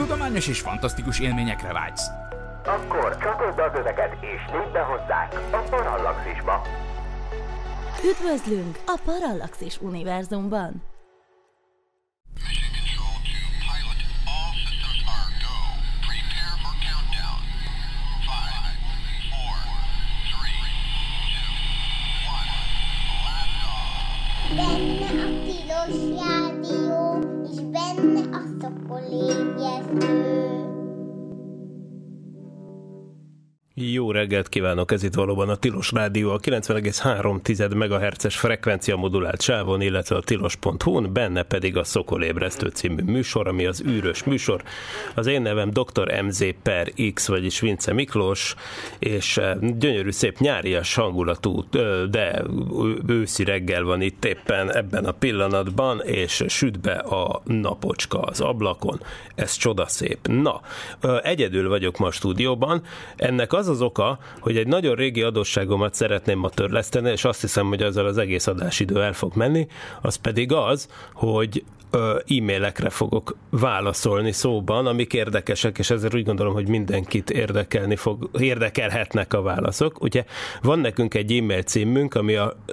tudományos és fantasztikus élményekre vágysz? Akkor csatold az öveket és lépj be hozzánk a Parallaxisba! Üdvözlünk a Parallaxis univerzumban! Benne a tilos rádió, és benne a szokolébresztő. Jó reggelt kívánok, ez itt valóban a Tilos Rádió, a 90,3 MHz-es frekvencia modulált sávon, illetve a tilos.hu-n, benne pedig a Szokolébresztő című műsor, ami az űrös műsor. Az én nevem Dr. MZ per X, vagyis Vince Miklós, és gyönyörű, szép nyárias hangulatú, de őszi reggel van itt éppen ebben a pillanatban, és süt be a napocska az ablakon. Ez csodaszép. Na, egyedül vagyok ma a stúdióban, ennek az oka, hogy egy nagyon régi adósságomat szeretném ma törleszteni, és azt hiszem, hogy ezzel az egész adásidő el fog menni, az pedig az, hogy e-mailekre fogok válaszolni szóban, amik érdekesek, és ezért úgy gondolom, hogy mindenkit érdekelhetnek a válaszok. Ugye van nekünk egy e-mail címünk, ami a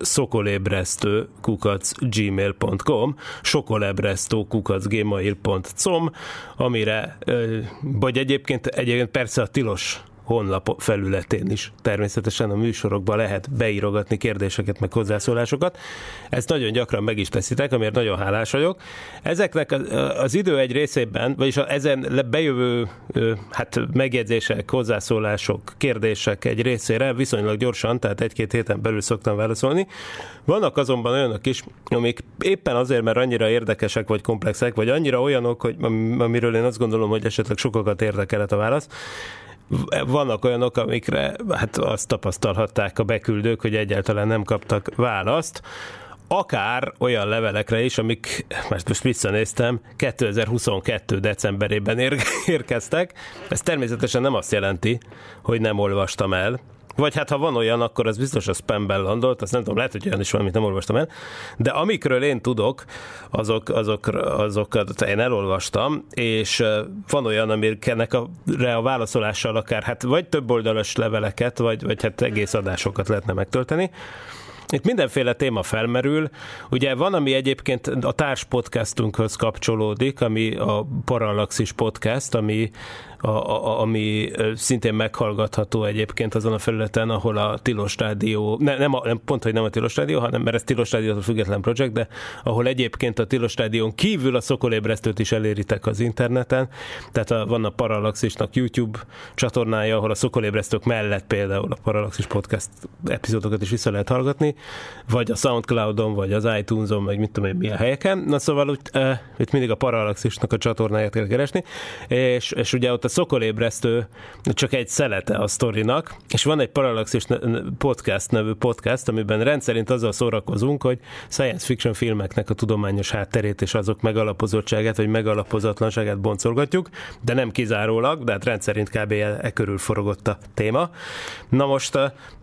sokolébresztő@gmail.com, sokolébresztő@gmail.com, amire, vagy egyébként persze a Tilos honlap felületén is természetesen a műsorokban lehet beírogatni kérdéseket, meg hozzászólásokat. Ezt nagyon gyakran meg is teszitek, amiért nagyon hálás vagyok. Ezeknek az idő egy részében, vagyis ezen bejövő megjegyzések, hozzászólások, kérdések egy részére viszonylag gyorsan, tehát egy-két héten belül szoktam válaszolni. Vannak azonban olyanok is, amik éppen azért, mert annyira érdekesek vagy komplexek, vagy annyira olyanok, hogy amiről én azt gondolom, hogy esetleg sokakat érdekelhet a válasz. Vannak olyanok, amikre azt tapasztalhatták a beküldők, hogy egyáltalán nem kaptak választ. Akár olyan levelekre is, amik, most visszanéztem, 2022. decemberében érkeztek. Ez természetesen nem azt jelenti, hogy nem olvastam el. Vagy ha van olyan, akkor az biztos a spamben landolt, azt nem tudom, lehet, hogy olyan is van, amit nem olvastam el, de amikről én tudok, azokat én elolvastam, és van olyan, amiknek a válaszolással akár vagy több oldalas leveleket, vagy egész adásokat lehetne megtölteni. Itt mindenféle téma felmerül. Ugye van, ami egyébként a társ podcastunkhöz kapcsolódik, ami a Parallaxis podcast, ami szintén meghallgatható egyébként azon a felületen, ahol a Tilos Rádió, hogy nem a Tilos Rádió, hanem mert ez Tilos Rádiótól független projekt, de ahol egyébként a Tilos Rádión kívül a Szokolébresztőt is eléritek az interneten. Tehát van a Parallaxisnak YouTube csatornája, ahol a Szokolébresztők mellett például a Parallaxis podcast epizódokat is vissza lehet hallgatni, vagy a Soundcloudon, vagy az iTunes-on, meg mit tudom én milyen helyeken. Na szóval itt mindig a Parallaxisnak a csatornáját kell keresni, és ugye ott a Szokolébresztő csak egy szelete a sztorinak, és van egy Parallaxis podcast nevű podcast, amiben rendszerint azzal szórakozunk, hogy science fiction filmeknek a tudományos hátterét és azok megalapozottságát, vagy megalapozatlanságát boncolgatjuk, de nem kizárólag, de hát rendszerint kb. Körül forogott a téma. Na most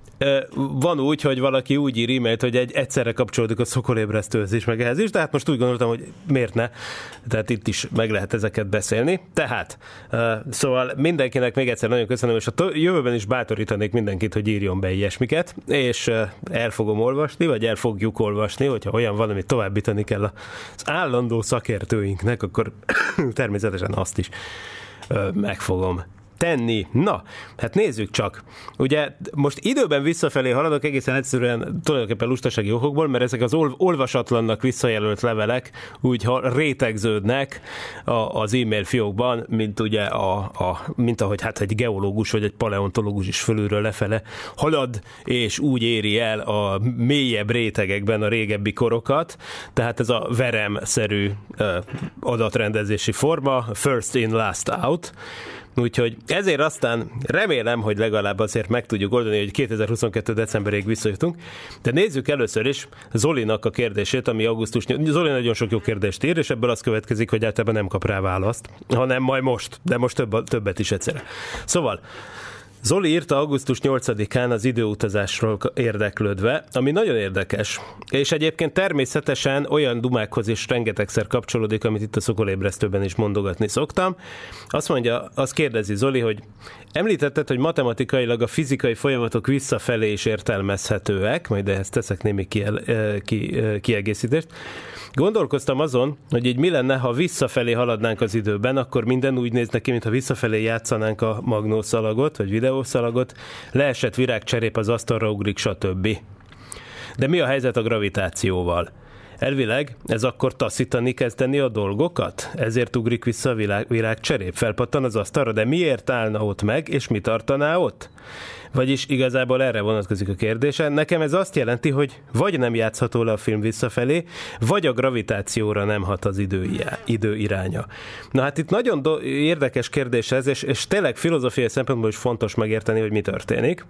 van úgy, hogy valaki úgy ír e-mailt, hogy egyszerre kapcsolódik a Szokolébresztőhöz is, meg ehhez is, de hát most úgy gondoltam, hogy miért ne, tehát itt is meg lehet ezeket beszélni. Tehát, szóval mindenkinek még egyszer nagyon köszönöm, és a jövőben is bátorítanék mindenkit, hogy írjon be ilyesmiket, és el fogom olvasni, vagy el fogjuk olvasni, hogyha olyan van, amit továbbítani kell az állandó szakértőinknek, akkor természetesen azt is meg fogom tenni. Na, hát nézzük csak. Ugye most időben visszafelé haladok egészen egyszerűen tulajdonképpen lustasági okokból, mert ezek az olvasatlannak visszajelölt levelek úgy rétegződnek az e-mail fiókban, mint ugye mint ahogy egy geológus vagy egy paleontológus is fölülről lefele halad, és úgy éri el a mélyebb rétegekben a régebbi korokat. Tehát ez a verem-szerű adatrendezési forma, first in, last out. Úgyhogy ezért aztán remélem, hogy legalább azért meg tudjuk oldani, hogy 2022. decemberig visszajutunk. De nézzük először is Zolinak a kérdését, ami Zoli nagyon sok jó kérdést ír, és ebből az következik, hogy általában nem kap rá választ, hanem majd most, de most többet is egyszerre. Szóval Zoli írta augusztus 8-án az időutazásról érdeklődve, ami nagyon érdekes, és egyébként természetesen olyan dumákhoz is rengetegszer kapcsolódik, amit itt a Szokolébresztőben is mondogatni szoktam. Azt kérdezi Zoli, hogy említetted, hogy matematikailag a fizikai folyamatok visszafelé is értelmezhetőek, majd ehhez teszek némi kiegészítést. Gondolkoztam azon, hogy így mi lenne, ha visszafelé haladnánk az időben, akkor minden úgy nézne ki, mintha visszafelé játszanánk a magnószalagot, vagy videószalagot, leesett virágcserép az asztalra ugrik, stb. De mi a helyzet a gravitációval? Elvileg ez akkor taszítani kezdeni a dolgokat? Ezért ugrik vissza a virágcserép, felpattan az asztalra, de miért állna ott meg, és mi tartaná ott? Vagyis igazából erre vonatkozik a kérdése. Nekem ez azt jelenti, hogy vagy nem játszható le a film visszafelé, vagy a gravitációra nem hat az idő iránya. Na hát itt nagyon érdekes kérdés ez, és tényleg filozófiai szempontból is fontos megérteni, hogy mi történik.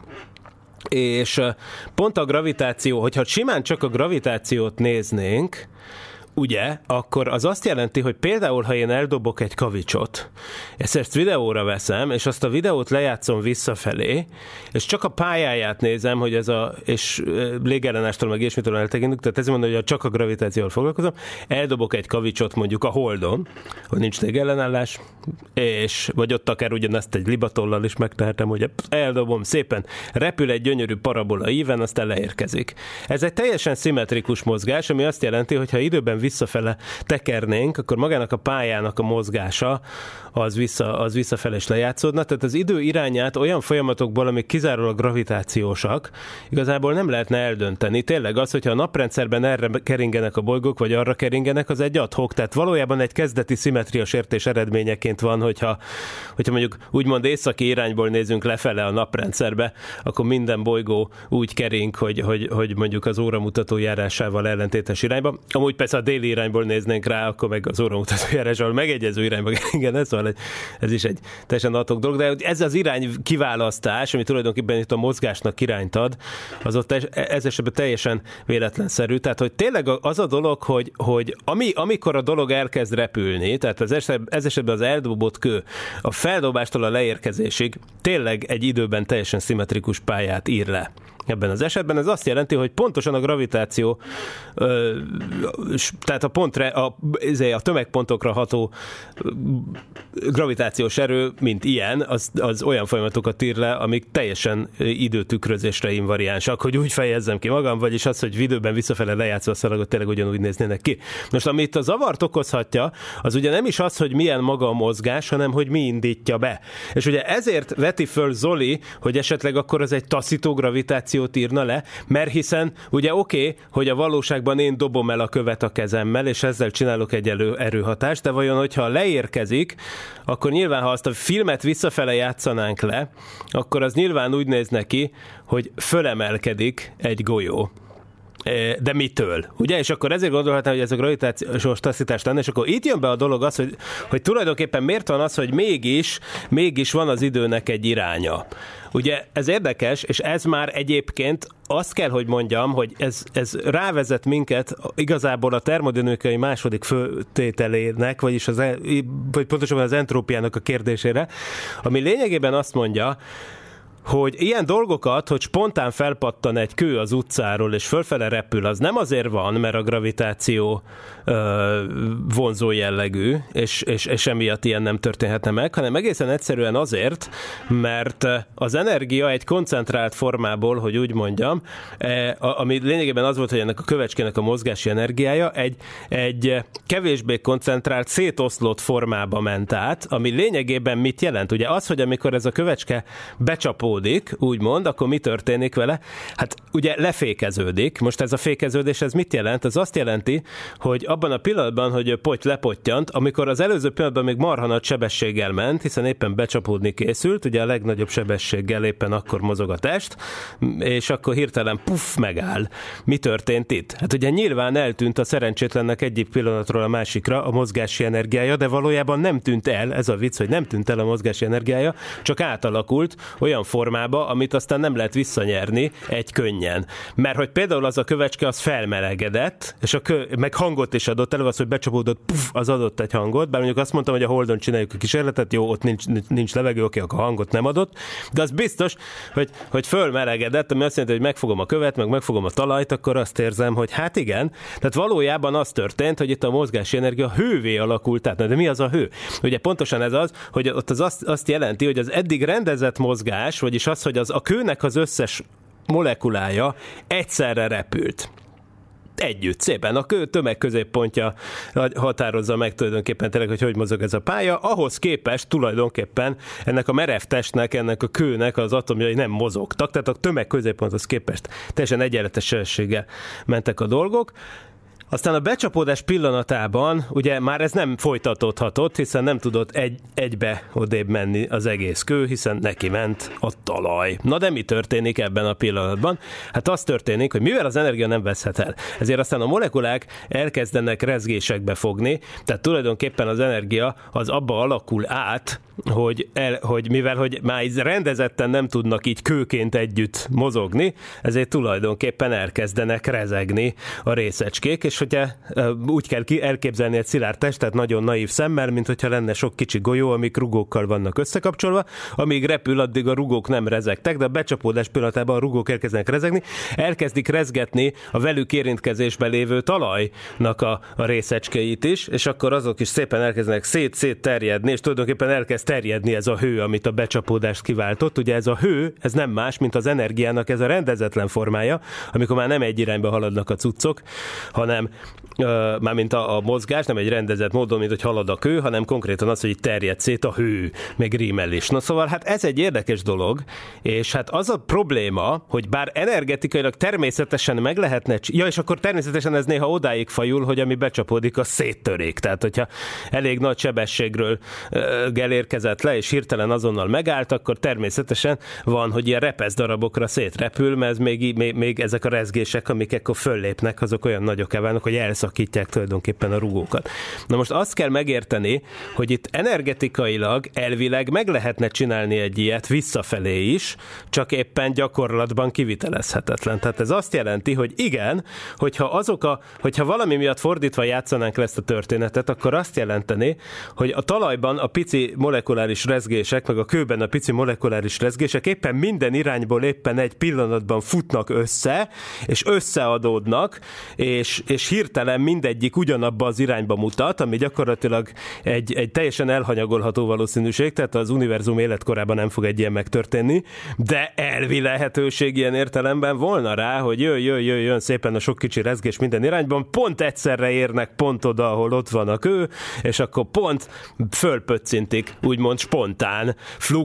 És pont a gravitáció, hogyha simán csak a gravitációt néznénk, ugye, akkor az azt jelenti, hogy például, ha én eldobok egy kavicsot, ezt videóra veszem, és azt a videót lejátszom visszafelé, és csak a pályáját nézem, hogy ez és légellenástól meg ilyesmitől eltekintünk, tehát ezért mondom, hogy csak a gravitációval foglalkozom, eldobok egy kavicsot mondjuk a Holdon, hogy nincs légellenállás, vagy ott akár ugyanezt egy libatollal is megtehetem, hogy eldobom szépen, repül egy gyönyörű parabola íven, aztán leérkezik. Ez egy teljesen szimmetrikus mozgás, ami azt jelenti, hogy ha időben visszafele tekernénk, akkor magának a pályának a mozgása az visszafele is lejátszódna. Tehát az idő irányát olyan folyamatokból, amik kizárólag gravitációsak, igazából nem lehetne eldönteni. Tényleg az, hogyha a naprendszerben erre keringenek a bolygók, vagy arra keringenek, az egy ad hoc, tehát valójában egy kezdeti szimmetriasértés eredményeként van, hogyha mondjuk úgymond északi irányból nézünk lefele a naprendszerbe, akkor minden bolygó úgy kering, hogy mondjuk az óramutató járásával ellentétes irányba. Amúgy persze a déli irányból néznénk rá, akkor meg az óramutató járásával megegyező irányba keringene, szóval ez is egy teljesen adhok dolog, de ez az irány kiválasztás, ami tulajdonképpen itt a mozgásnak irányt ad, az ott ez esetben teljesen véletlenszerű. Tehát, hogy tényleg az a dolog, hogy amikor a dolog elkezd repülni, tehát ez esetben az eldobott kő a feldobástól a leérkezésig tényleg egy időben teljesen szimmetrikus pályát ír le. Ebben az esetben ez azt jelenti, hogy pontosan a gravitáció, tehát a tömegpontokra ható gravitációs erő, mint ilyen, az olyan folyamatokat ír le, amik teljesen időtükrözésre invariánsak, hogy úgy fejezzem ki magam, vagyis az, hogy időben visszafele lejátszva a szalagot tényleg ugyanúgy néznének ki. Most amit a zavart okozhatja, az ugye nem is az, hogy milyen maga a mozgás, hanem hogy mi indítja be. És ugye ezért veti föl Zoli, hogy esetleg akkor az egy taszító gravitációt írna le, mert hiszen ugye oké, hogy a valóságban én dobom el a követ a kezemmel, és ezzel csinálok egy erőhatást, de vajon, hogyha leérkezik, akkor nyilván, ha azt a filmet visszafele játszanánk le, akkor az nyilván úgy néz neki, hogy fölemelkedik egy golyó. De mitől? Ugye? És akkor ezért gondolhatnám, hogy ez a gravitációs taszítás lenne, és akkor itt jön be a dolog az, hogy tulajdonképpen miért van az, hogy mégis van az időnek egy iránya. Ugye ez érdekes, és ez már egyébként azt kell, hogy mondjam, hogy ez rávezet minket igazából a termodinamikai második főtételének, vagy pontosabban az entrópiának a kérdésére, ami lényegében azt mondja, hogy ilyen dolgokat, hogy spontán felpattan egy kő az utcáról, és fölfele repül, az nem azért van, mert a gravitáció vonzó jellegű, és emiatt ilyen nem történhetne meg, hanem egészen egyszerűen azért, mert az energia egy koncentrált formából, hogy úgy mondjam, ami lényegében az volt, hogy ennek a kövecskének a mozgási energiája egy kevésbé koncentrált, szétoszlott formába ment át, ami lényegében mit jelent? Ugye az, hogy amikor ez a kövecske becsapódik, úgymond, akkor mi történik vele? Hát ugye lefékeződik. Most ez a fékeződés, ez mit jelent? Ez azt jelenti, hogy abban a pillanatban, hogy lepottyant, amikor az előző pillanatban még marha nagy sebességgel ment, hiszen éppen becsapódni készült, ugye a legnagyobb sebességgel éppen akkor mozog a test, és akkor hirtelen megáll. Mi történt itt? Hát ugye nyilván eltűnt a szerencsétlennek egyik pillanatról a másikra a mozgási energiája, de valójában nem tűnt el, ez a vicc, hogy nem tűnt el a mozgási energiája, csak átalakult olyan formában, formába, amit aztán nem lehet visszanyerni egy könnyen. Mert hogy például az a kövecske az felmelegedett, és meg hangot is adott, elő az, hogy becsapódott, az adott egy hangot, bár mondjuk azt mondtam, hogy a Holdon csináljuk a kísérletet, jó, ott nincs levegő, oké, akkor a hangot nem adott, de az biztos, hogy fölmelegedett, ami azt jelenti, hogy megfogom a követ, meg megfogom a talajt, akkor azt érzem, hogy hát igen, tehát valójában az történt, hogy itt a mozgási energia hővé alakult át. De mi az a hő? Ugye pontosan ez az, hogy ott az azt jelenti, hogy az eddig rendezett mozgás, vagyis az, hogy a kőnek az összes molekulája egyszerre repült. Együtt, szépen. A kő tömegközéppontja határozza meg tulajdonképpen tényleg, hogy mozog ez a pálya. Ahhoz képest tulajdonképpen ennek a merev testnek, ennek a kőnek az atomjai nem mozogtak, tehát a tömegközépponthoz képest teljesen egyenletes sebességgel mentek a dolgok. Aztán a becsapódás pillanatában ugye már ez nem folytatódhatott, hiszen nem tudott egybe odébb menni az egész kő, hiszen neki ment a talaj. Na de mi történik ebben a pillanatban? Hát az történik, hogy mivel az energia nem veszhet el, ezért aztán a molekulák elkezdenek rezgésekbe fogni, tehát tulajdonképpen az energia az abba alakul át, hogy mivel hogy már rendezetten nem tudnak így kőként együtt mozogni, ezért tulajdonképpen elkezdenek rezegni a részecskék, és hogyha úgy kell elképzelni egy szilárd testet nagyon naív szemmel, mint hogyha lenne sok kicsi golyó, amik rugókkal vannak összekapcsolva, amíg repül, addig a rugók nem rezegtek, de a becsapódás pillanatában a rugók elkezdenek rezegni, elkezdik rezgetni a velük érintkezésben lévő talajnak a részecskéit is, és akkor azok is szépen elkezdenek szét terjedni, és tulajdonképpen elkezd terjedni ez a hő, amit a becsapódást kiváltott. Ugye ez a hő, ez nem más, mint az energiának ez a rendezetlen formája, amikor már nem egy irányba haladnak a cuccok, hanem mármint a mozgás, nem egy rendezett módon, mint hogy halad a kő, hanem konkrétan az, hogy itt terjed szét a hő, meg rímel is. Na szóval hát ez egy érdekes dolog, és hát az a probléma, hogy bár energetikailag természetesen meg lehetne, és akkor természetesen ez néha odáig fajul, hogy ami becsapódik, az széttörik. Tehát, hogyha elég nagy sebességről érkezett le, és hirtelen azonnal megállt, akkor természetesen van, hogy ilyen repeszdarabokra szétrepül, mert ez még ezek a rezgések, amik ekkor föllépnek, azok olyan nagyok válnak, hogy elszakítják tulajdonképpen a rugókat. Na most azt kell megérteni, hogy itt energetikailag elvileg meg lehetne csinálni egy ilyet visszafelé is, csak éppen gyakorlatban kivitelezhetetlen. Tehát ez azt jelenti, hogy igen, hogyha valami miatt fordítva játszanánk le ezt a történetet, akkor azt jelenteni, hogy a talajban a pici molekuláris rezgések, meg a kőben a pici molekuláris rezgések éppen minden irányból éppen egy pillanatban futnak össze, és összeadódnak, és hirtelen mindegyik ugyanabba az irányba mutat, ami gyakorlatilag egy teljesen elhanyagolható valószínűség, tehát az univerzum életkorában nem fog egy ilyen megtörténni, de elvi lehetőség ilyen értelemben volna rá, hogy jön szépen a sok kicsi rezgés minden irányban, pont egyszerre érnek pont oda, ahol ott van a kő, és akkor pont fölpöccintik, úgymond spontán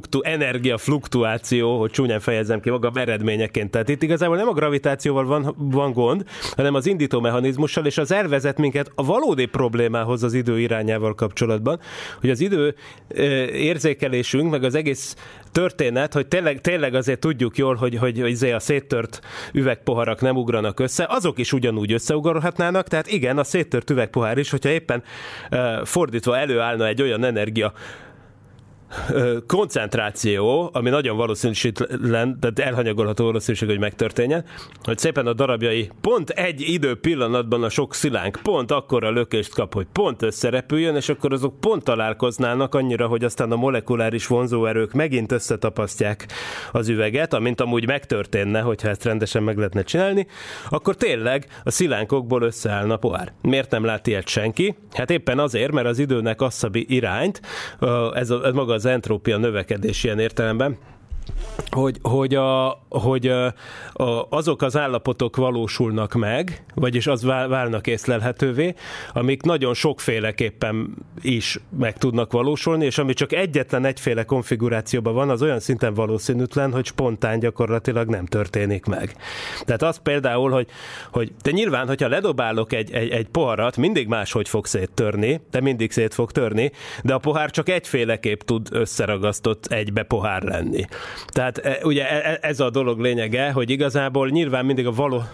energiafluktuáció, hogy csúnyán fejezem ki magam eredményeként. Tehát itt igazából nem a gravitációval van gond, hanem az indító mechanizmussal, és az elvezet minket a valódi problémához az idő irányával kapcsolatban, hogy az idő érzékelésünk, meg az egész történet, hogy tényleg azért tudjuk jól, hogy a széttört üvegpoharak nem ugranak össze, azok is ugyanúgy összeugorhatnának, tehát igen, a széttört üvegpohár is, hogyha éppen fordítva előállna egy olyan energia koncentráció, ami nagyon valószínűsítlen, tehát elhanyagolható valószínűség, hogy megtörténjen, hogy szépen a darabjai pont egy idő pillanatban a sok szilánk pont akkora lökést kap, hogy pont összerepüljön, és akkor azok pont találkoznának annyira, hogy aztán a molekuláris vonzóerők megint összetapasztják az üveget, amint amúgy megtörténne, hogyha ezt rendesen meg lehetne csinálni, akkor tényleg a szilánkokból összeállna pohár. Miért nem lát ilyet senki? Hát éppen azért, mert az időnek azt szabi irányt, ez maga az entrópia növekedés ilyen értelemben, hogy azok az állapotok valósulnak meg, vagyis az válnak észlelhetővé, amik nagyon sokféleképpen is meg tudnak valósulni, és ami csak egyféle konfigurációban van, az olyan szinten valószínűtlen, hogy spontán gyakorlatilag nem történik meg. Tehát az például, hogy te nyilván, hogyha ledobálok egy poharat, mindig máshogy fog széttörni, de mindig szét fog törni, de a pohár csak egyféleképp tud összeragasztott egybe pohár lenni. Tehát Tehát ugye ez a dolog lényege, hogy igazából nyilván mindig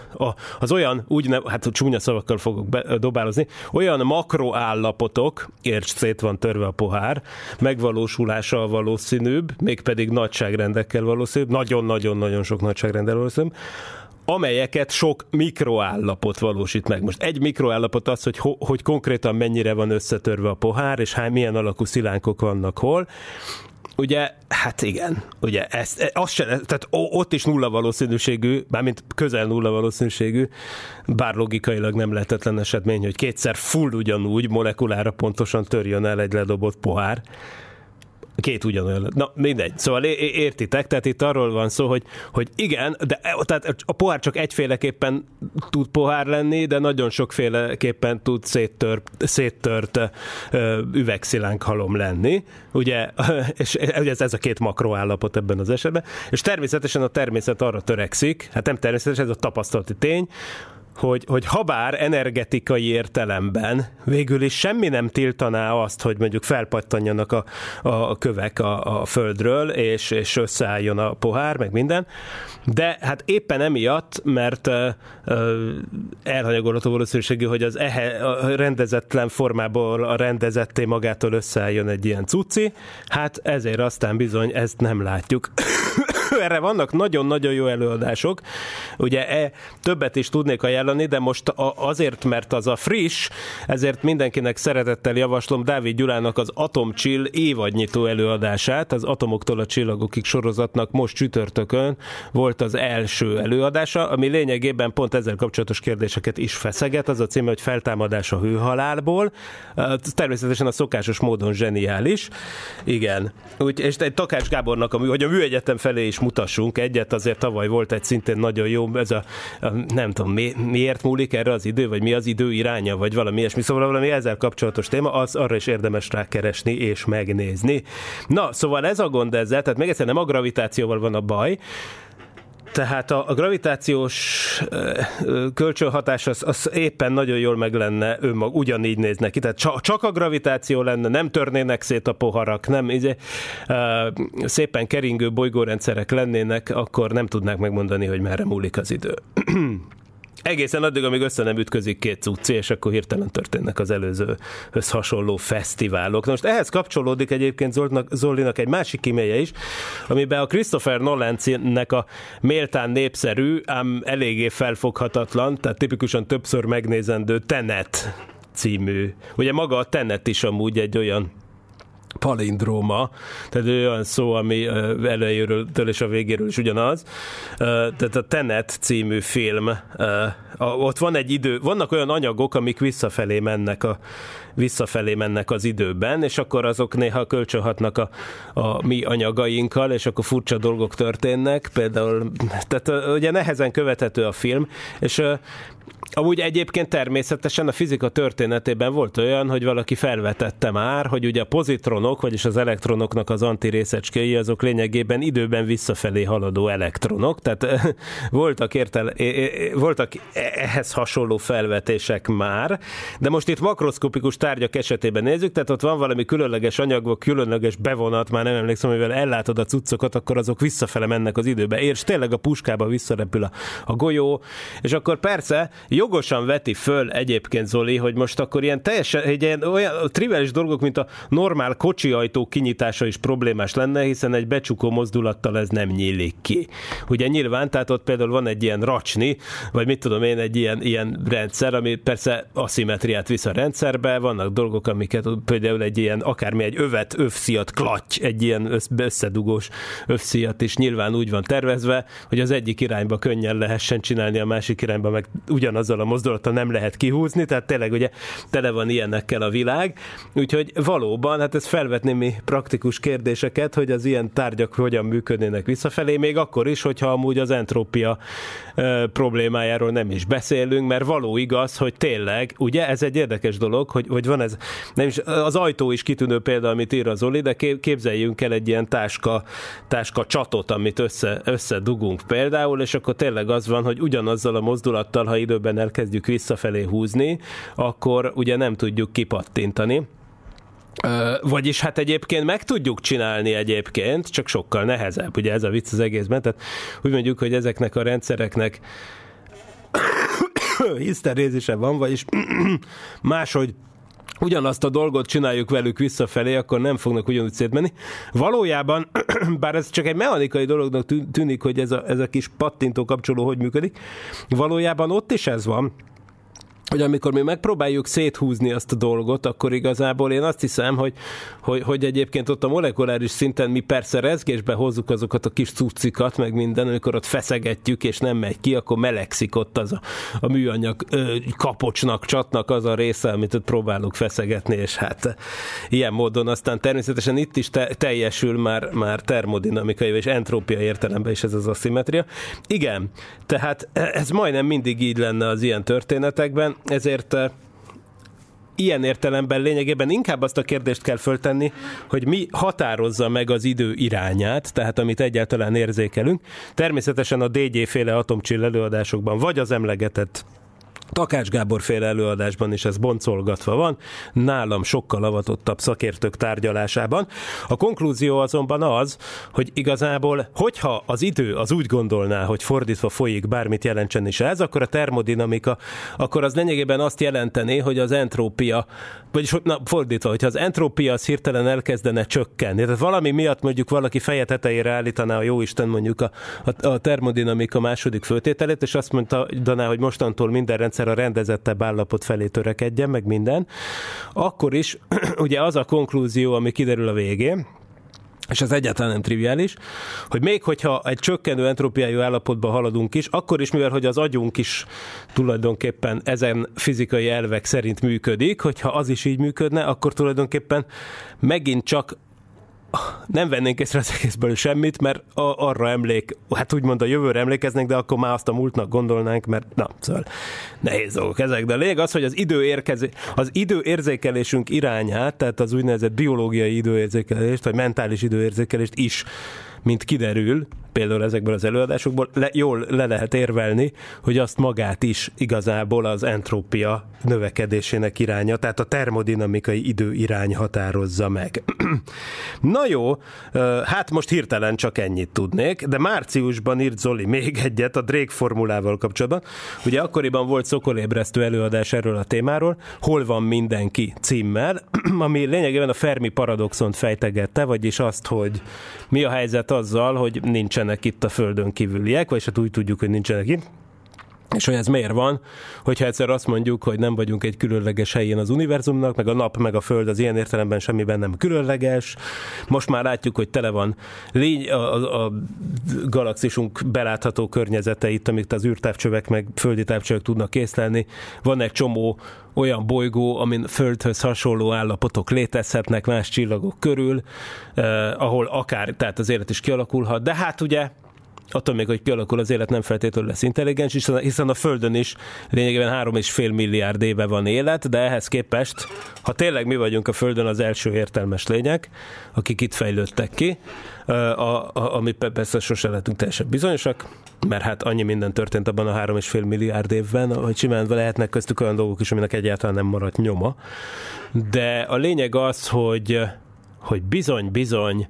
az olyan, hát csúnya szavakkal fogok dobálozni, olyan makroállapotok, érts, szét van törve a pohár, megvalósulása a valószínűbb, mégpedig nagyságrendekkel valószínűbb, nagyon-nagyon-nagyon sok nagyságrendel valószínűbb, amelyeket sok mikroállapot valósít meg. Most egy mikroállapot az, hogy konkrétan mennyire van összetörve a pohár, és milyen alakú szilánkok vannak hol. Ugye, hát igen, ugye tehát ott is nulla valószínűségű, mármint közel nulla valószínűségű, bár logikailag nem lehetetlen esetmény, hogy kétszer full ugyanúgy molekulára pontosan törjön el egy ledobott pohár. Két ugyanolyan. Na, mindegy. Szóval értitek, tehát itt arról van szó, hogy igen, de tehát a pohár csak egyféleképpen tud pohár lenni, de nagyon sokféleképpen tud széttört üvegszilánk-halom lenni, ugye, és ez a két makroállapot ebben az esetben, és természetesen a természet arra törekszik, hát nem természetesen, ez a tapasztalati tény, hogy habár energetikai értelemben végül is semmi nem tiltaná azt, hogy mondjuk felpattanjanak a kövek a földről, és összeálljon a pohár, meg minden, de hát éppen emiatt, mert elhanyagolható valószínűségű, hogy a rendezetlen formából a rendezetté magától összeálljon egy ilyen cucci, hát ezért aztán bizony ezt nem látjuk. Erre vannak nagyon-nagyon jó előadások. Ugye többet is tudnék ajánlani, de most azért, mert az a friss, ezért mindenkinek szeretettel javaslom Dávid Gyulának az Atomchill évadnyitó előadását. Az Atomoktól a csillagokig sorozatnak most csütörtökön volt az első előadása, ami lényegében pont ezzel kapcsolatos kérdéseket is feszeget. Az a címe, hogy Feltámadás a hőhalálból. Természetesen a szokásos módon zseniális. Igen. És egy Takács Gábornak, hogy a Műegyetem felé is mutassunk egyet, azért tavaly volt egy szintén nagyon jó, ez nem tudom, miért múlik erre az idő, vagy mi az idő iránya, vagy valami ilyesmi, szóval valami ezzel kapcsolatos téma, arra is érdemes rákeresni és megnézni. Na, szóval ez a gond ezzel, tehát még egyszer nem a gravitációval van a baj, tehát a gravitációs kölcsönhatás az éppen nagyon jól meg lenne, ugyanígy néz neki. Tehát csak a gravitáció lenne, nem törnének szét a poharak, nem szépen keringő bolygórendszerek lennének, akkor nem tudnák megmondani, hogy merre múlik az idő. Egészen addig, amíg össze nem ütközik két cucci, és akkor hirtelen történnek az előzőhöz hasonló fesztiválok. Na most ehhez kapcsolódik egyébként Zolinak egy másik e-mailje is, amiben a Christopher Nolan-nek a méltán népszerű, ám eléggé felfoghatatlan, tehát tipikusan többször megnézendő Tenet című. Ugye maga a Tenet is amúgy egy olyan palindróma, tehát olyan szó, ami elejéről és a végéről is ugyanaz. Tehát a Tenet című film, ott van egy idő, vannak olyan anyagok, amik visszafelé mennek az időben, és akkor azok néha kölcsönhatnak a mi anyagainkkal, és akkor furcsa dolgok történnek, például, tehát ugye nehezen követhető a film, és amúgy egyébként természetesen a fizika történetében volt olyan, hogy valaki felvetette már, hogy ugye a pozitronok, vagyis az elektronoknak az antirészecskéi, azok lényegében időben visszafelé haladó elektronok, tehát voltak ehhez hasonló felvetések már, de most itt makroszkopikus tárgyak esetében nézzük, tehát ott van valami különleges anyagok, különleges bevonat, már nem emlékszem, mivel ellátod a cuccokat, akkor azok visszafele mennek az időbe, és tényleg a puskába visszarepül a golyó, és akkor persze jogosan veti föl egyébként Zoli, hogy most akkor ilyen teljesen olyan triviális dolgok, mint a normál kocsi ajtó kinyitása is problémás lenne, hiszen egy becsukó mozdulattal ez nem nyílik ki. Ugye nyilván, tehát ott például van egy ilyen racsni, vagy mit tudom én, egy ilyen rendszer, ami persze aszimmetriát visz a rendszerbe, vannak dolgok, amiket például egy ilyen, akármi egy övszíjat klatty, egy ilyen összedugós övszíjat is nyilván úgy van tervezve, hogy az egyik irányba könnyen lehessen csinálni, a másik irányba meg ugyanazzal a mozdulattal nem lehet kihúzni, tehát tényleg ugye tele van ilyenekkel a világ, úgyhogy valóban, hát ez felvet némi praktikus kérdéseket, hogy az ilyen tárgyak hogyan működnének visszafelé, még akkor is, hogyha amúgy az entrópia problémájáról nem is beszélünk, mert való igaz, hogy tényleg, ugye ez egy érdekes dolog, hogy van ez, nem is, az ajtó is kitűnő példa, amit ír a Zoli, de képzeljünk el egy ilyen táska csatot, amit összedugunk például, és akkor tényleg az van, hogy ugyanazzal a mozdulattal, ha időben elkezdjük visszafelé húzni, akkor ugye nem tudjuk kipattintani. Vagyis hát egyébként meg tudjuk csinálni egyébként, csak sokkal nehezebb, ugye ez a vicc az egészben, tehát úgy mondjuk, hogy ezeknek a rendszereknek hiszterézise van, vagyis máshogy ugyanazt a dolgot csináljuk velük visszafelé, akkor nem fognak ugyanúgy szétmenni. Valójában, bár ez csak egy mechanikai dolognak tűnik, hogy ez a kis pattintó kapcsoló hogy működik, valójában ott is ez van, hogy amikor mi megpróbáljuk széthúzni azt a dolgot, akkor igazából én azt hiszem, hogy egyébként ott a molekuláris szinten mi persze rezgésbe hozzuk azokat a kis cuccikat, meg minden, amikor ott feszegetjük, és nem megy ki, akkor melegszik ott az a műanyag kapocsnak, csatnak az a része, amit ott próbálunk feszegetni, és hát ilyen módon aztán természetesen itt is teljesül már termodinamikai és entrópia értelemben is ez az aszimmetria. Igen, tehát ez majdnem mindig így lenne az ilyen történetekben, ezért ilyen értelemben lényegében inkább azt a kérdést kell föltenni, hogy mi határozza meg az idő irányát, tehát amit egyáltalán érzékelünk. Természetesen a DJ-féle atomcsill előadásokban, vagy az emlegetett Takács Gábor féle előadásban is ez boncolgatva van, nálam sokkal avatottabb szakértők tárgyalásában. A konklúzió azonban az, hogy igazából, hogyha az idő az úgy gondolná, hogy fordítva folyik, bármit jelentsen is ez, akkor a termodinamika, akkor az lényegében azt jelenteni, hogy az entrópia, vagyis fordítva, hogyha az entrópia az hirtelen elkezdene csökkenni, tehát valami miatt mondjuk valaki feje tetejére állítaná a jóisten mondjuk a termodinamika második föltételét, és azt mondaná, hogy mostantól minden rendszer a rendezettebb állapot felé törekedjen, meg minden, akkor is ugye az a konklúzió, ami kiderül a végén, és ez egyáltalán nem triviális, hogy még hogyha egy csökkenő entrópiájú állapotba haladunk is, akkor is, mivel hogy az agyunk is tulajdonképpen ezen fizikai elvek szerint működik, hogyha az is így működne, akkor tulajdonképpen megint csak nem vennénk észre az egészből semmit, mert arra hát úgymond a jövőre emlékeznénk, de akkor már azt a múltnak gondolnánk, mert szóval nehéz dolgok ezek. De a lényeg az, hogy az időérzékelésünk irányát, tehát az úgynevezett biológiai időérzékelést, vagy mentális időérzékelést is, mint kiderül, például ezekből az előadásokból, jól le lehet érvelni, hogy azt magát is igazából az entrópia növekedésének iránya, tehát a termodinamikai idő irány határozza meg. Na jó, hát most hirtelen csak ennyit tudnék, de márciusban írt Zoli még egyet a Drake formulával kapcsolatban. Ugye akkoriban volt szokolébresztő előadás erről a témáról, Hol van mindenki címmel, ami lényegében a Fermi paradoxont fejtegette, vagyis azt, hogy mi a helyzet azzal, hogy nincsenek itt a Földön kívüliek, vagyis hát úgy tudjuk, hogy nincsenek itt. És hogy ez miért van, hogyha egyszer azt mondjuk, hogy nem vagyunk egy különleges helyén az univerzumnak, meg a nap, meg a föld az ilyen értelemben semmiben nem különleges. Most már látjuk, hogy tele van a galaxisunk belátható környezete itt, amit az űrtávcsövek, meg földi távcsövek tudnak észlelni. Van egy csomó olyan bolygó, amin Földhöz hasonló állapotok létezhetnek más csillagok körül, ahol akár, tehát az élet is kialakulhat, de hát ugye attól még, hogy kialakul az élet, nem feltétlenül lesz intelligens, hiszen a Földön is lényegében 3,5 milliárd éve van élet, de ehhez képest, ha tényleg mi vagyunk a Földön az első értelmes lények, akik itt fejlődtek ki, ami persze sose lehetünk teljesen bizonyosak, mert hát annyi minden történt abban a 3,5 milliárd évben, hogy simán lehetnek köztük olyan dolgok is, aminek egyáltalán nem maradt nyoma. De a lényeg az, hogy bizony